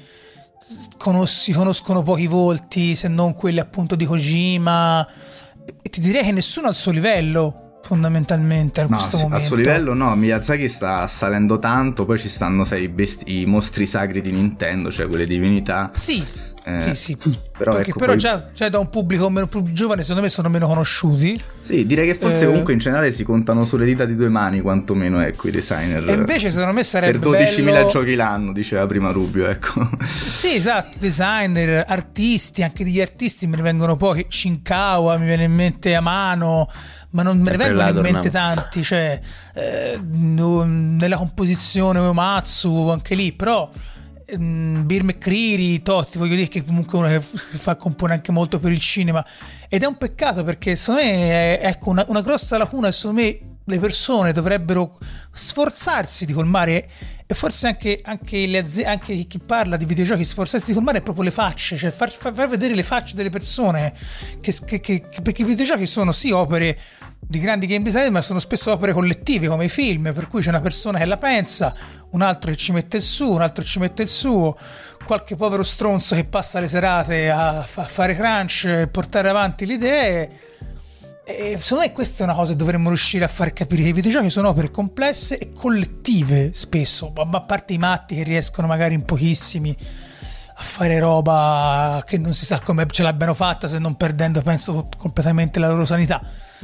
si conoscono pochi volti, se non quelli appunto di Kojima, e ti direi che nessuno al suo livello, fondamentalmente, a questo momento. Al suo livello no, Miyazaki sta salendo tanto, poi ci stanno i mostri sacri di Nintendo, cioè quelle divinità. Sì. Però, perché ecco, però poi... già da un pubblico meno più giovane, secondo me sono meno conosciuti. Sì, direi che forse comunque in generale si contano sulle dita di due mani, quantomeno, ecco, i designer. E invece secondo me sarebbe per 12.000 bello... giochi l'anno, diceva prima Rubio, ecco. Sì, esatto, designer, artisti, anche degli artisti me ne vengono pochi. Shinkawa, mi viene in mente Amano, ma non me ne vengono in mente tanti, cioè nella composizione Uematsu, anche lì, però Bear McCreary, Totti, voglio dire che comunque uno che compone anche molto per il cinema, ed è un peccato perché secondo me è ecco, una grossa lacuna, e secondo me le persone dovrebbero sforzarsi di colmare, e forse anche chi parla di videogiochi sforzarsi di colmare proprio le facce, cioè far vedere le facce delle persone perché i videogiochi sono sì opere di grandi game designer, ma sono spesso opere collettive come i film, per cui c'è una persona che la pensa, un altro che ci mette il suo, un altro ci mette il suo, qualche povero stronzo che passa le serate a fare crunch e portare avanti le idee. E secondo me questa è una cosa che dovremmo riuscire a far capire, che i videogiochi sono opere complesse e collettive spesso, a parte i matti che riescono magari in pochissimi a fare roba che non si sa come ce l'abbiano fatta, se non perdendo, penso, completamente la loro sanità.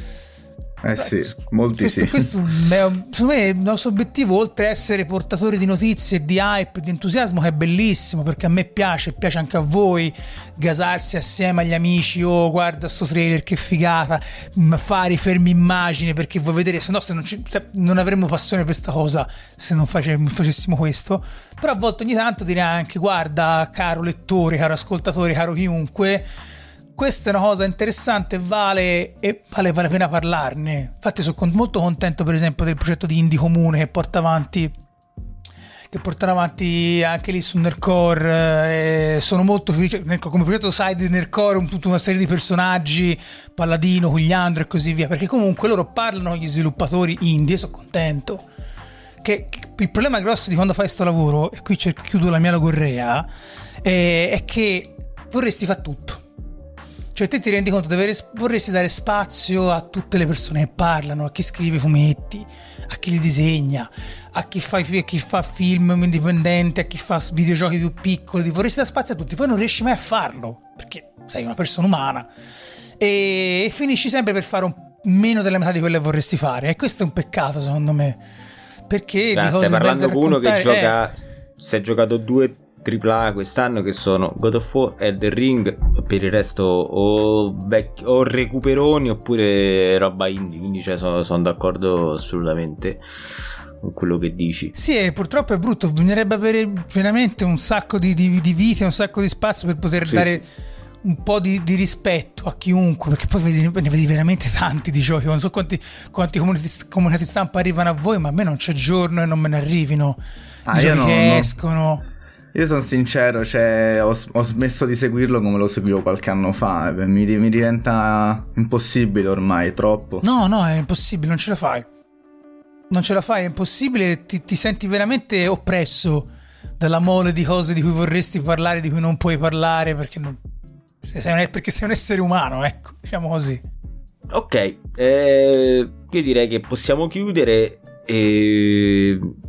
Sì, molti questo secondo me il nostro obiettivo, oltre a essere portatori di notizie, di hype, di entusiasmo, che è bellissimo, perché a me piace anche a voi gasarsi assieme agli amici, guarda sto trailer che figata, fare i fermi immagine perché vuoi vedere, se no non avremmo passione per questa cosa se non facessimo questo. Però a volte ogni tanto direi anche, guarda caro lettore, caro ascoltatore, caro chiunque, questa è una cosa interessante, vale la pena parlarne. Infatti sono molto contento per esempio del progetto di Indie Comune che portano avanti anche lì su Nerdcore, sono molto felice come progetto side di Nerdcore, tutta una serie di personaggi, Palladino, Cugliandro e così via, perché comunque loro parlano con gli sviluppatori indie, e sono contento. Che il problema grosso di quando fai sto lavoro, e qui chiudo la mia logorrea, è che vorresti fare tutto. Cioè te ti rendi conto vorresti dare spazio a tutte le persone che parlano, a chi scrive fumetti, a chi li disegna, a chi fa film indipendenti, a chi fa videogiochi più piccoli, vorresti dare spazio a tutti, poi non riesci mai a farlo perché sei una persona umana e finisci sempre per fare meno della metà di quello che vorresti fare, e questo è un peccato secondo me, perché stai parlando con uno che si è giocato 2 AAA quest'anno, che sono God of War, Elden Ring, per il resto o recuperoni oppure roba indie, quindi sono d'accordo assolutamente con quello che dici. Sì, purtroppo è brutto, bisognerebbe avere veramente un sacco di vite, un sacco di spazio per poter dare un po' di rispetto a chiunque, perché poi ne vedi veramente tanti di giochi, non so quanti comunicati stampa arrivano a voi, ma a me non c'è giorno e non me ne arrivino i giochi che escono. Io sono sincero, cioè ho smesso di seguirlo come lo seguivo qualche anno fa, mi diventa impossibile ormai, troppo. No, è impossibile, non ce la fai, è impossibile, ti senti veramente oppresso dalla mole di cose di cui vorresti parlare, di cui non puoi parlare, perché sei un essere umano, ecco, diciamo così. Ok, io direi che possiamo chiudere. E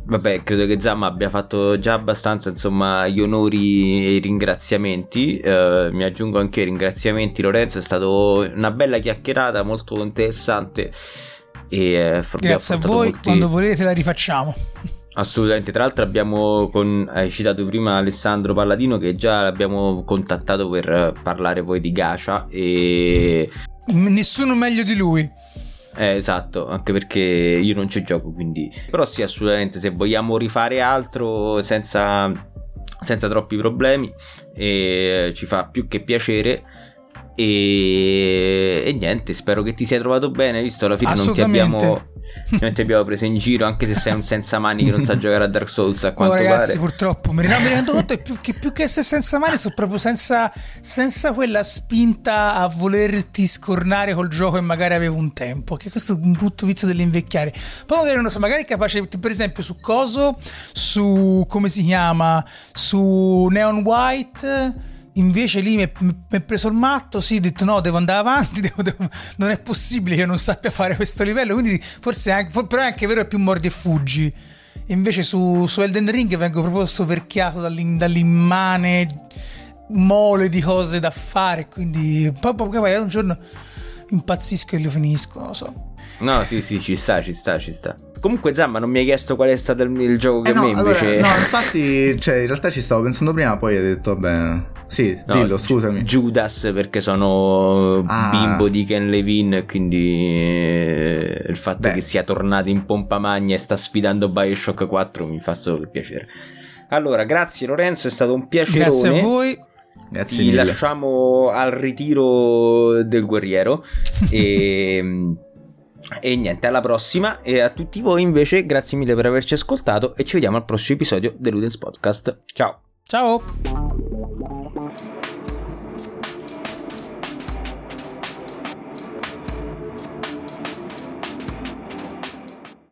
Vabbè, credo che Zamma abbia fatto già abbastanza, insomma, gli onori e i ringraziamenti. Mi aggiungo anche i ringraziamenti, Lorenzo, è stato una bella chiacchierata, molto interessante. E grazie a voi, quando volete la rifacciamo. Assolutamente, tra l'altro hai citato prima Alessandro Palladino, che già l'abbiamo contattato per parlare poi di Gacha e... Nessuno meglio di lui. Esatto, anche perché io non ci gioco, quindi... Però sì, assolutamente, se vogliamo rifare altro senza troppi problemi, ci fa più che piacere. E niente, spero che ti sia trovato bene, visto alla fine non ti abbiamo preso in giro, anche se sei un senza mani che non sa giocare a Dark Souls, a quanto ragazzi, pare. purtroppo mi rendo conto che più che essere senza mani sono proprio senza quella spinta a volerti scornare col gioco, e magari avevo un tempo, che questo è un brutto vizio dell'invecchiare. Poi magari non lo so, magari è capace, per esempio su come si chiama, su Neon White. Invece lì mi è preso il matto, sì, ho detto no, devo andare avanti, non è possibile che io non sappia fare questo livello, quindi forse però è anche vero, è più mordi e fuggi. E invece su Elden Ring vengo proprio soverchiato dall'immane mole di cose da fare, quindi poi un giorno impazzisco e lo finisco, non lo so. No, sì, ci sta. Comunque Zamma non mi hai chiesto qual è stato il gioco che a me invece... Allora, no, infatti, cioè, in realtà ci stavo pensando prima, poi ho detto, vabbè... Sì, no, dillo, scusami. Judas, perché sono bimbo di Ken Levine, quindi il fatto che sia tornato in pompa magna e sta sfidando Bioshock 4 mi fa solo piacere. Allora, grazie Lorenzo, è stato un piacerone. Grazie a voi. Grazie Ti mille. lasciamo al ritiro del guerriero e niente, alla prossima. E a tutti voi invece grazie mille per averci ascoltato e ci vediamo al prossimo episodio del Ludens Podcast. Ciao.